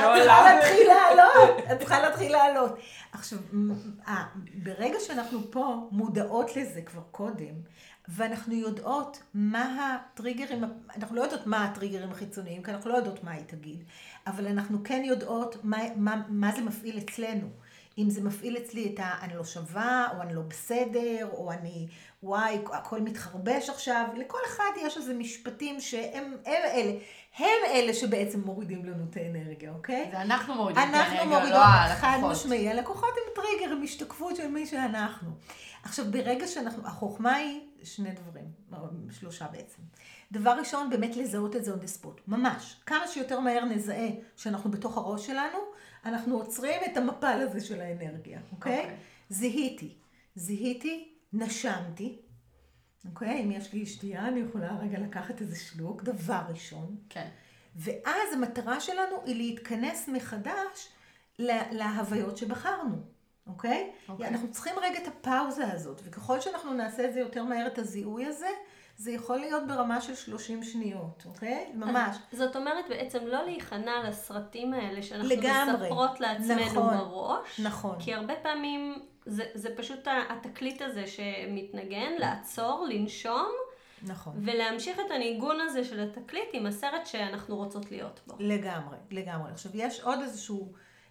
את צריכה להתחיל לעלות. עכשיו, ברגע שאנחנו פה מודעות לזה כבר קודם, ואנחנו יודעות מה הטריגרים, אנחנו לא יודעות מה הטריגרים החיצוניים, כי אנחנו לא יודעות מה היא תגיד, אבל אנחנו כן יודעות מה זה מפעיל אצלנו. אם זה מפעיל אצלי את אני לא שווה, או אני לא בסדר, או אני, וואי, הכל מתחרבש עכשיו. לכל אחד יש איזה משפטים שהם אלה שבעצם מורידים לנו את האנרגיה, אוקיי? זה אנחנו מורידים את האנרגיה, אנחנו מורידות, לא הלקוחות. חד משמעי, הלקוחות הם טריגר, הם השתקפות של מי שאנחנו. עכשיו, ברגע שאנחנו, החוכמה היא שני דברים, 3 בעצם. דבר ראשון, באמת לזהות את זה on the spot, ממש. כמה שיותר מהר נזהה שאנחנו בתוך הראש שלנו, אנחנו עוצרים את המפל הזה של האנרגיה, אוקיי? זיהיתי, נשמתי, אוקיי? אם יש לי שתייה, אני יכולה רגע לקחת איזה שלוק, דבר ראשון. כן. ואז המטרה שלנו היא להתכנס מחדש להוויות שבחרנו, אוקיי? אנחנו צריכים רגע את הפאוזה הזאת, וככל שאנחנו נעשה את זה יותר מהר, את הזיהוי הזה, זה יכול להיות ברמה של 30 שניות, אוקיי? ממש. זאת אומרת בעצם לא להיכנע לסרטים האלה שאנחנו לגמרי. מספרות לעצמנו בראש. נכון. כי הרבה פעמים זה פשוט התקליט הזה שמתנגן, לעצור, לנשום. נכון. ולהמשיך את הניגון הזה של התקליט עם הסרט שאנחנו רוצות להיות בו. לגמרי. עכשיו, יש עוד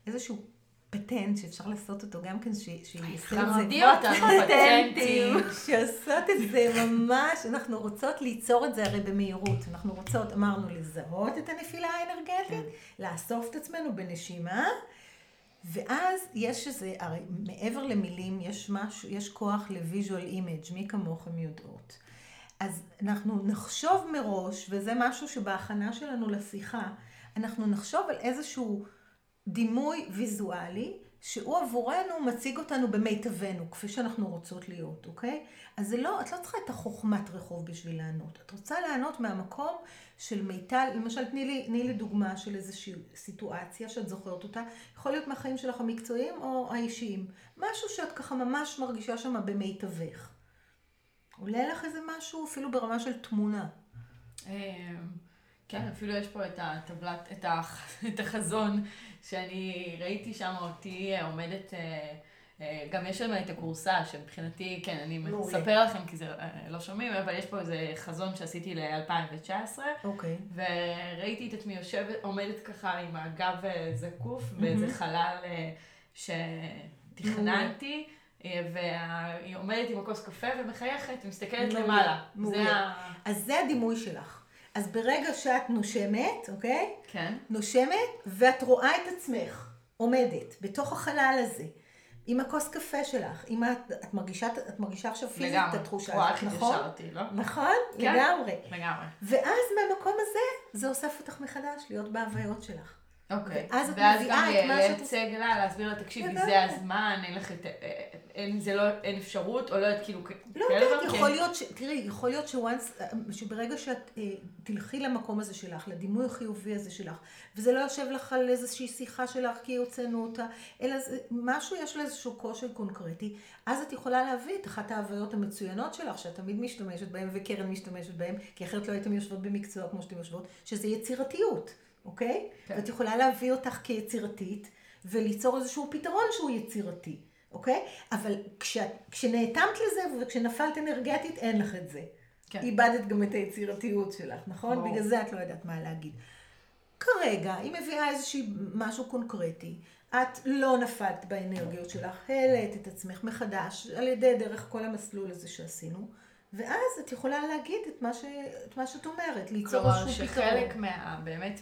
איזשהו פטנט שאפשר לעשות אותו גם כן, שיעשה את זה. חרדי אותנו פטנטים. שעושות את זה ממש, אנחנו רוצות ליצור את זה הרי במהירות. אנחנו רוצות, אמרנו, לזהות את הנפילה האנרגטית, לאסוף את עצמנו בנשימה, ואז יש איזה, הרי מעבר למילים, יש כוח לוויז'ואל אימג', מי כמוכם יודעות. אז אנחנו נחשוב מראש, וזה משהו שבהכנה שלנו לשיחה, אנחנו נחשוב על איזשהו דימוי ויזואלי, שהוא עבורנו מציג אותנו במיטבנו, כפי שאנחנו רוצות להיות, אוקיי? אז זה לא, את לא צריכה את החוכמת רחוב בשביל לענות. את רוצה לענות מהמקום של מיטל, למשל, תני לי דוגמה של איזושהי סיטואציה שאת זוכרת אותה, יכול להיות מהחיים שלך המקצועיים או האישיים. משהו שאת ככה ממש מרגישה שם במיטבך. עולה לך איזה משהו, אפילו ברמה של תמונה. כן, אפילו יש פה את הטבלת, את החזון שאני ראיתי שם אותי עומדת, גם יש שם את הקורסה שמבחינתי, כן, אני מספר לכם כי זה לא שומעים, אבל יש פה איזה חזון שעשיתי ל-2019. אוקיי. וראיתי את עצמי עומדת ככה עם הגב זקוף באיזה חלל שתכננתי. והיא עומדת עם הכוס קפה ומחייכת ומסתכלת למעלה. אז זה הדימוי שלך. אז ברגע שאת נושמת, אוקיי? כן. נושמת, ואת רואה את עצמך עומדת בתוך החלל הזה, עם הכוס קפה שלך, את מרגישה עכשיו פיזית את התחושה הזאת, נכון? נכון? כן. לגמרי. לגמרי. ואז מהמקום הזה, זה אוסף אותך מחדש, להיות בהוויות שלך. אוקיי. ואז את ואז מביאה גם לייצג לה, להסביר לה, תקשיבי, זה הזמן, אין לך את... אין אפשרות, או לא יודעת, כאילו... לא יודעת, יכול להיות תראי, יכול להיות שברגע שאת תלכי למקום הזה שלך, לדימוי החיובי הזה שלך, וזה לא יושב לך על איזושהי שיחה שלך, כי הוצאנו אותה, אלא משהו יש לה איזשהו קושי קונקרטי, אז את יכולה להביא את אחת ההוויות המצוינות שלך, שאת תמיד משתמשת בהן, וקרן משתמשת בהן, כי אחרת לא הייתם יושבות במקצוע כמו שאתם יושבות, שזה יצירתיות. אוקיי? כן. ואת יכולה להביא אותך כיצירתית, וליצור איזשהו פתרון שהוא יצירתי, אוקיי? אבל כשנאטמת לזה, וכשנפלת אנרגטית, אין לך את זה. כן. איבדת גם את היצירתיות שלך, נכון? בגלל זה את לא יודעת מה להגיד. כרגע, היא מביאה איזשהו משהו קונקרטי, את לא נפלת באנרגיות שלך, העלית את עצמך מחדש, על ידי דרך כל המסלול הזה שעשינו, ואז את יכולה להגיד את מה שאת אומרת, ליצור איזשהו פתרון. כלומר, שחלק באמת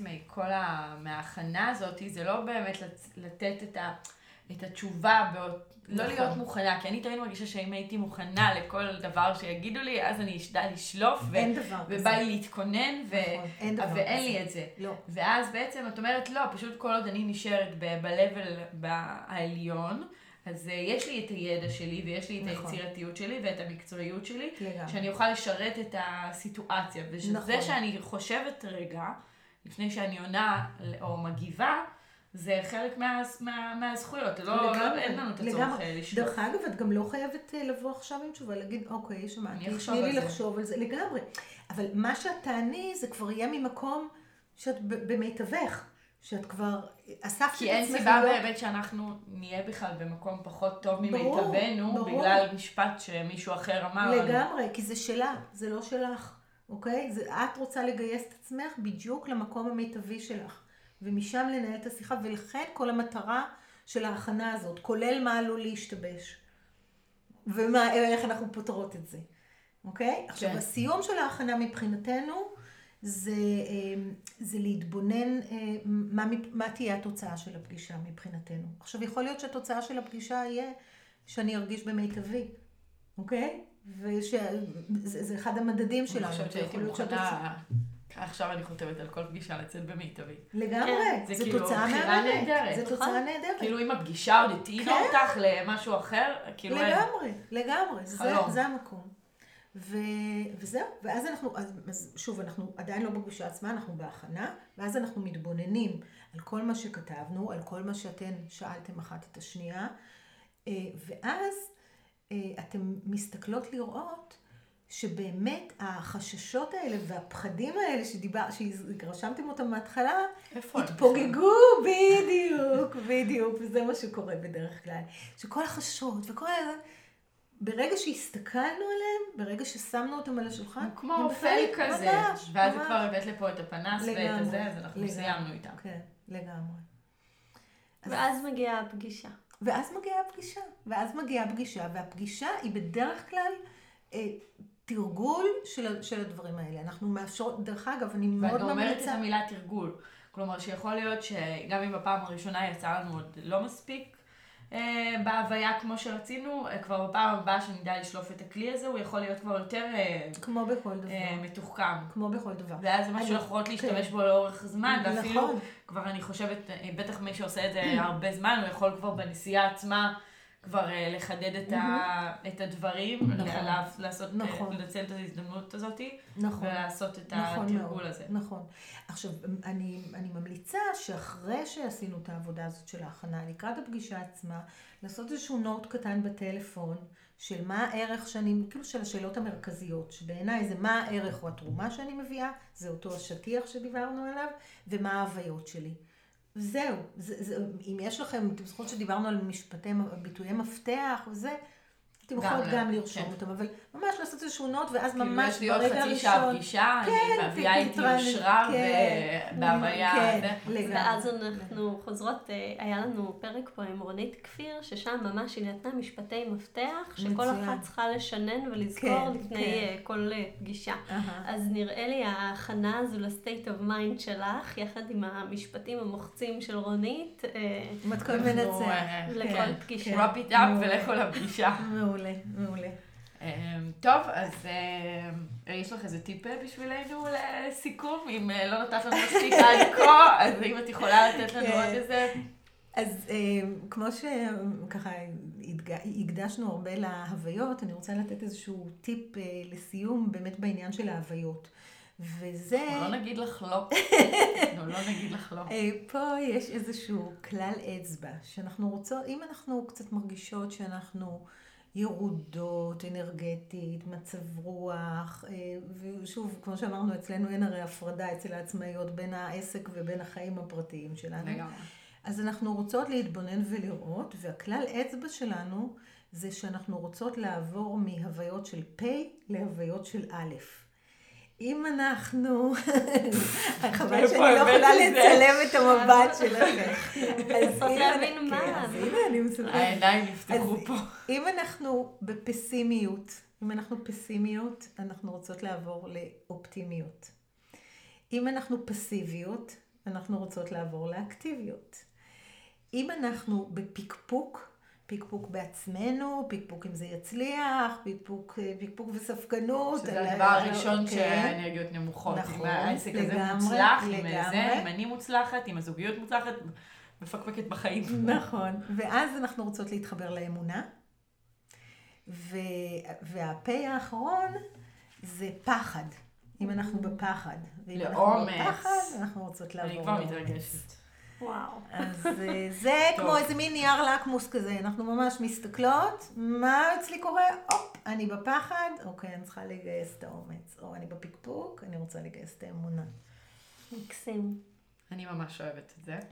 מההכנה הזאת, זה לא באמת לתת את התשובה, לא להיות מוכנה, כי אני תמיד מרגישה שאם הייתי מוכנה לכל דבר שיגידו לי, אז אני אשדע לשלוף, ובא לי להתכונן, ואין לי את זה. ואז בעצם את אומרת, לא, פשוט כל עוד אני נשארת ב-level העליון, אז יש לי את הידע שלי, ויש לי את היצירתיות שלי, ואת המקצועיות שלי, שאני אוכל לשרת את הסיטואציה. וזה שאני חושבת רגע, לפני שאני עונה או מגיבה, זה חלק מהזכויות. אין לנו את הצורך לשלוף. דרך אגב, את גם לא חייבת לבוא עכשיו עם תשובה, להגיד, אוקיי, שמעתי, תני לי לחשוב על זה לגמרי. אבל מה שאת תעני, זה כבר יהיה ממקום שאת במיטבך. שאת כבר אספת את עצמך. כי אין סיבה באמת שאנחנו נהיה בכלל במקום פחות טוב ממיטבנו, בגלל משפט שמישהו אחר אמר לנו. לגמרי, כי זה שלה, זה לא שלך, אוקיי? את רוצה לגייס את עצמך בדיוק למקום המיטבי שלך, ומשם לנהל את השיחה, ולכן כל המטרה של ההכנה הזאת, כולל מה עלול להשתבש, ואיך אנחנו פותרות את זה, אוקיי? עכשיו, הסיום של ההכנה מבחינתנו, זה להתבונן מה תהיה התוצאה של הפגישה מבחינתנו. עכשיו, יכול להיות שהתוצאה של הפגישה יהיה שאני ארגיש במיטבי, אוקיי? וזה אחד המדדים שלנו. אני חושבת שהייתי מוכנה, עכשיו אני חותמת על כל פגישה לצאת במיטבי. לגמרי, זה תוצאה נהדרת. זה תוצאה נהדרת. כאילו אם הפגישה עוד התאינה אותך למשהו אחר, כאילו... לגמרי, זה המקום. וזהו, ואז שוב, אנחנו עדיין לא בפגישה עצמה, אנחנו בהכנה, ואז אנחנו מתבוננים על כל מה שכתבנו, על כל מה שאתן שאלתם אחת את השנייה, ואז אתם מסתכלות לראות שבאמת החששות האלה והפחדים האלה שרשמתם אותם מההתחלה, התפוגגו בדיוק, וזה מה שקורה בדרך כלל. שכל החששות וכל ברגע שהסתכלנו עליהם, ברגע ששמנו אותם על השולחן, כמו אופל כזה, ואז כבר הבאת לפה את הפנס ואת הזה, אז אנחנו סיימנו איתם. כן, לגמרי. ואז מגיעה הפגישה. ואז מגיעה הפגישה, והפגישה היא בדרך כלל תרגול של הדברים האלה. אנחנו מאפשרות, דרך אגב, אני מאוד ממליצה. ואני אומרת את המילה תרגול. כלומר, שיכול להיות שגם אם בפעם הראשונה יצא לנו עוד לא מספיק בהוויה כמו שרצינו, כבר בפעם הבאה שנדע לשלוף את הכלי הזה, הוא יכול להיות כבר יותר כמו בכל דבר. מתוחכם. כמו בכל דבר. ואז זה משהו יכולות להשתמש בו לאורך זמן, ואפילו כבר אני חושבת, בטח מי שעושה את זה הרבה זמן, הוא יכול כבר בנסיעה עצמה כבר לחדד את הדברים, לעשות, לנצל את ההזדמנות הזאת, ולעשות את התרגול הזה. נכון. עכשיו, אני ממליצה שאחרי שעשינו את העבודה הזאת של ההכנה, לקראת הפגישה עצמה, לעשות איזשהו נוט קטן בטלפון, של מה הערך כאילו של השאלות המרכזיות, שבעיניי זה מה הערך או התרומה שאני מביאה, זה אותו השטיח שדיברנו עליו, ומה ההוויות שלי. זהו, אם יש לכם, אתם זוכרות שדיברנו על ביטויי מפתח וזה, אתם יכולות גם לרשום אותם, אבל ממש לעשות איזשהו נוט, ואז ממש ברגע הראשון. יש לי עוד חצי שעה פגישה, אני מביאה איתי יושרה ובהוויה. ואז אנחנו חוזרות, היה לנו פרק פה עם רונית כפיר, ששם ממש היא נתנה משפטי מפתח, שכל אחת צריכה לשנן ולזכור לפני כל פגישה. אז נראה לי ההכנה הזו לסטייט אוף מיינד שלך, יחד עם המשפטים המוחצים של רונית. מתכון מנצח. לכל פגישה. רופ איט אפ ולכו לפגישה. מעולה. טוב, אז יש לך איזה טיפ בשבילנו לסיכום? אם לא נתת לנו מספיק עד כה, אז אם את יכולה לתת לנו עוד איזה... אז כמו שככה הקדשנו הרבה להוויות, אני רוצה לתת איזשהו טיפ לסיום באמת בעניין של ההוויות. וזה... לא נגיד לך לא. לא נגיד לך לא. פה יש איזשהו כלל אצבע, שאנחנו רוצות, אם אנחנו קצת מרגישות שאנחנו ירודות, אנרגטית, מצב רוח, ושוב, כמו שאמרנו, אצלנו אין הרי הפרדה אצל העצמאיות בין העסק ובין החיים הפרטיים שלנו. לגמרי. אז אנחנו רוצות להתבונן ולראות, והכלל אצבע שלנו זה שאנחנו רוצות לעבור מהוויות של פ' להוויות של א'. אם אנחנו, חבל שאני לא יכולה לצלם את המבט שלכם. אז להבין מה. אז הנה, אני מסתכלת. העיניים נפתחו פה. אם אנחנו פסימיות, אנחנו רוצות לעבור לאופטימיות. אם אנחנו פסיביות, אנחנו רוצות לעבור לאקטיביות. אם אנחנו פיקפוק בעצמנו, פיקפוק אם זה יצליח, פיקפוק וספקנות. שזה הדבר הראשון שהאנרגיות נמוכות. אם העסק הזה מוצלח, אם אני מוצלחת, אם הזוגיות מוצלחת, מפקפקת בחיים. נכון. ואז אנחנו רוצות להתחבר לאמונה. והפה האחרון זה פחד. אם אנחנו בפחד. ואם אנחנו בפחד, אנחנו רוצות לעבור. אני כבר מתרגשת. וואו. אז זה כמו איזה מין נייר לקמוס כזה, אנחנו ממש מסתכלות, מה אצלי קורה? אני בפחד, אוקיי, אני צריכה לגייס את האומץ, או אני בפקפוק, אני רוצה לגייס את האמונה. מקסים. אני ממש אוהבת את זה.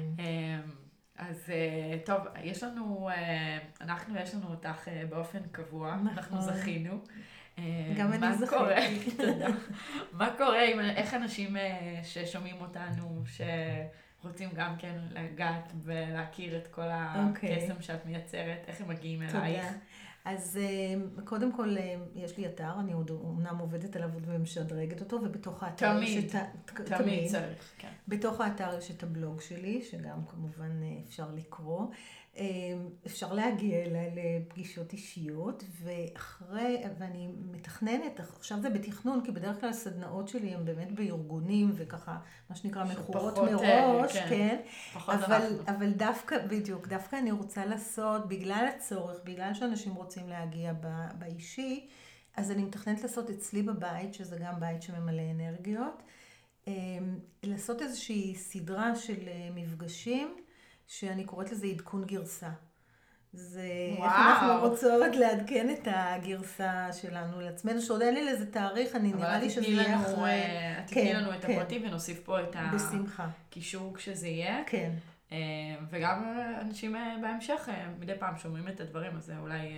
אז טוב, יש לנו אותך באופן קבוע, אנחנו זכינו. גם אני זכיתי. תודה. מה קורה, איך אנשים ששומעים אותנו, רוצים גם כן לגעת ולהכיר את כל הקסם שאת מייצרת, איך הם מגיעים אלייך? תודה. אז קודם כל, יש לי אתר, אני עוד אומנם עובדת עליו ומשדרגת אותו, ובתוך האתר תמיד צריך, כן. בתוך האתר יש את הבלוג שלי, שגם כמובן אפשר לקרוא. אפשר להגיע אליי לפגישות אישיות, ואני מתכננת, עכשיו זה בתכנון, כי בדרך כלל הסדנאות שלי הן באמת בארגונים, וככה, מה שנקרא, מכורות מראש, כן. אבל דווקא אני רוצה לעשות, בגלל הצורך, בגלל שאנשים רוצים להגיע באישי, אז אני מתכננת לעשות אצלי בבית, שזה גם בית שממלא אנרגיות, לעשות איזושהי סדרה של מפגשים, שאני קוראת לזה עדכון גרסה. זה איך אנחנו רוצות לעדכן את הגרסה שלנו לעצמנו, שעוד אין לי לזה תאריך, אני נראה לי שזה יהיה אחרי... תתני לנו את הפרטים ונוסיף פה את הקישור כשזה יהיה. כן. וגם אנשים בהמשך, מדי פעם שומעים את הדברים, אז אולי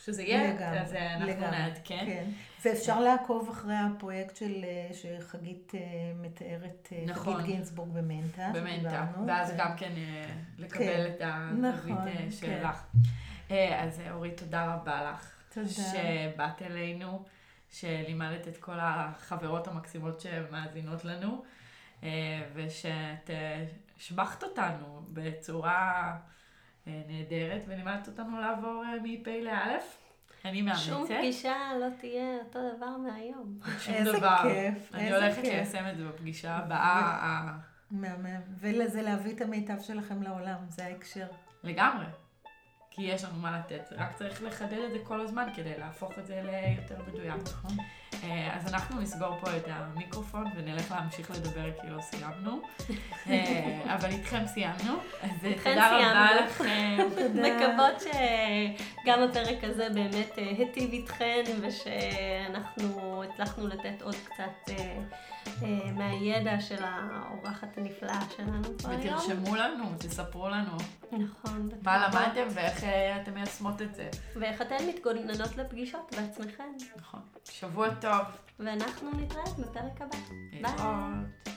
כשזה יהיה, אז אנחנו נעדכן. כן. ואפשר לעקוב אחרי הפרויקט שחגית מתארת, חגית גינסבורג במנטה. במנטה, ואז גם כן לקבל את הזווית שלך. אז אורית, תודה רבה לך. תודה. שבאת אלינו, שלימדת את כל החברות המקסימות שמאזינות לנו, ושאת שבחת אותנו בצורה נהדרת, ולימדת אותנו לעבור מפה לאלף. אני מאמצת. שום פגישה לא תהיה אותו דבר מהיום. שום איזה דבר. כיף. אני הולכת ליישם את זה בפגישה הבאה. מהמם. וזה להביא את המיטב שלכם לעולם, זה ההקשר. לגמרי. כי יש לנו מה לתת, רק צריך לחדד את זה כל הזמן כדי להפוך את זה ליותר מדויק. נכון. אז אנחנו נסגור פה את המיקרופון ונלך להמשיך לדבר כי לא סיימנו. אבל איתכם סיימנו. אז תודה רבה לכם. מקוות שגם הפרק הזה באמת היטיב איתכן, ושאנחנו הצלחנו לתת עוד קצת מהידע של האורחת הנפלאה שלנו פה היום. ותרשמו לנו, תספרו לנו. נכון. מה למדתם ואיך אתם מיישמות את זה. ואיך אתן מתגוננות לפגישות בעצמכן. נכון. שבוע טוב. ואנחנו נתראה בפרק הבא. ביי. להתראות.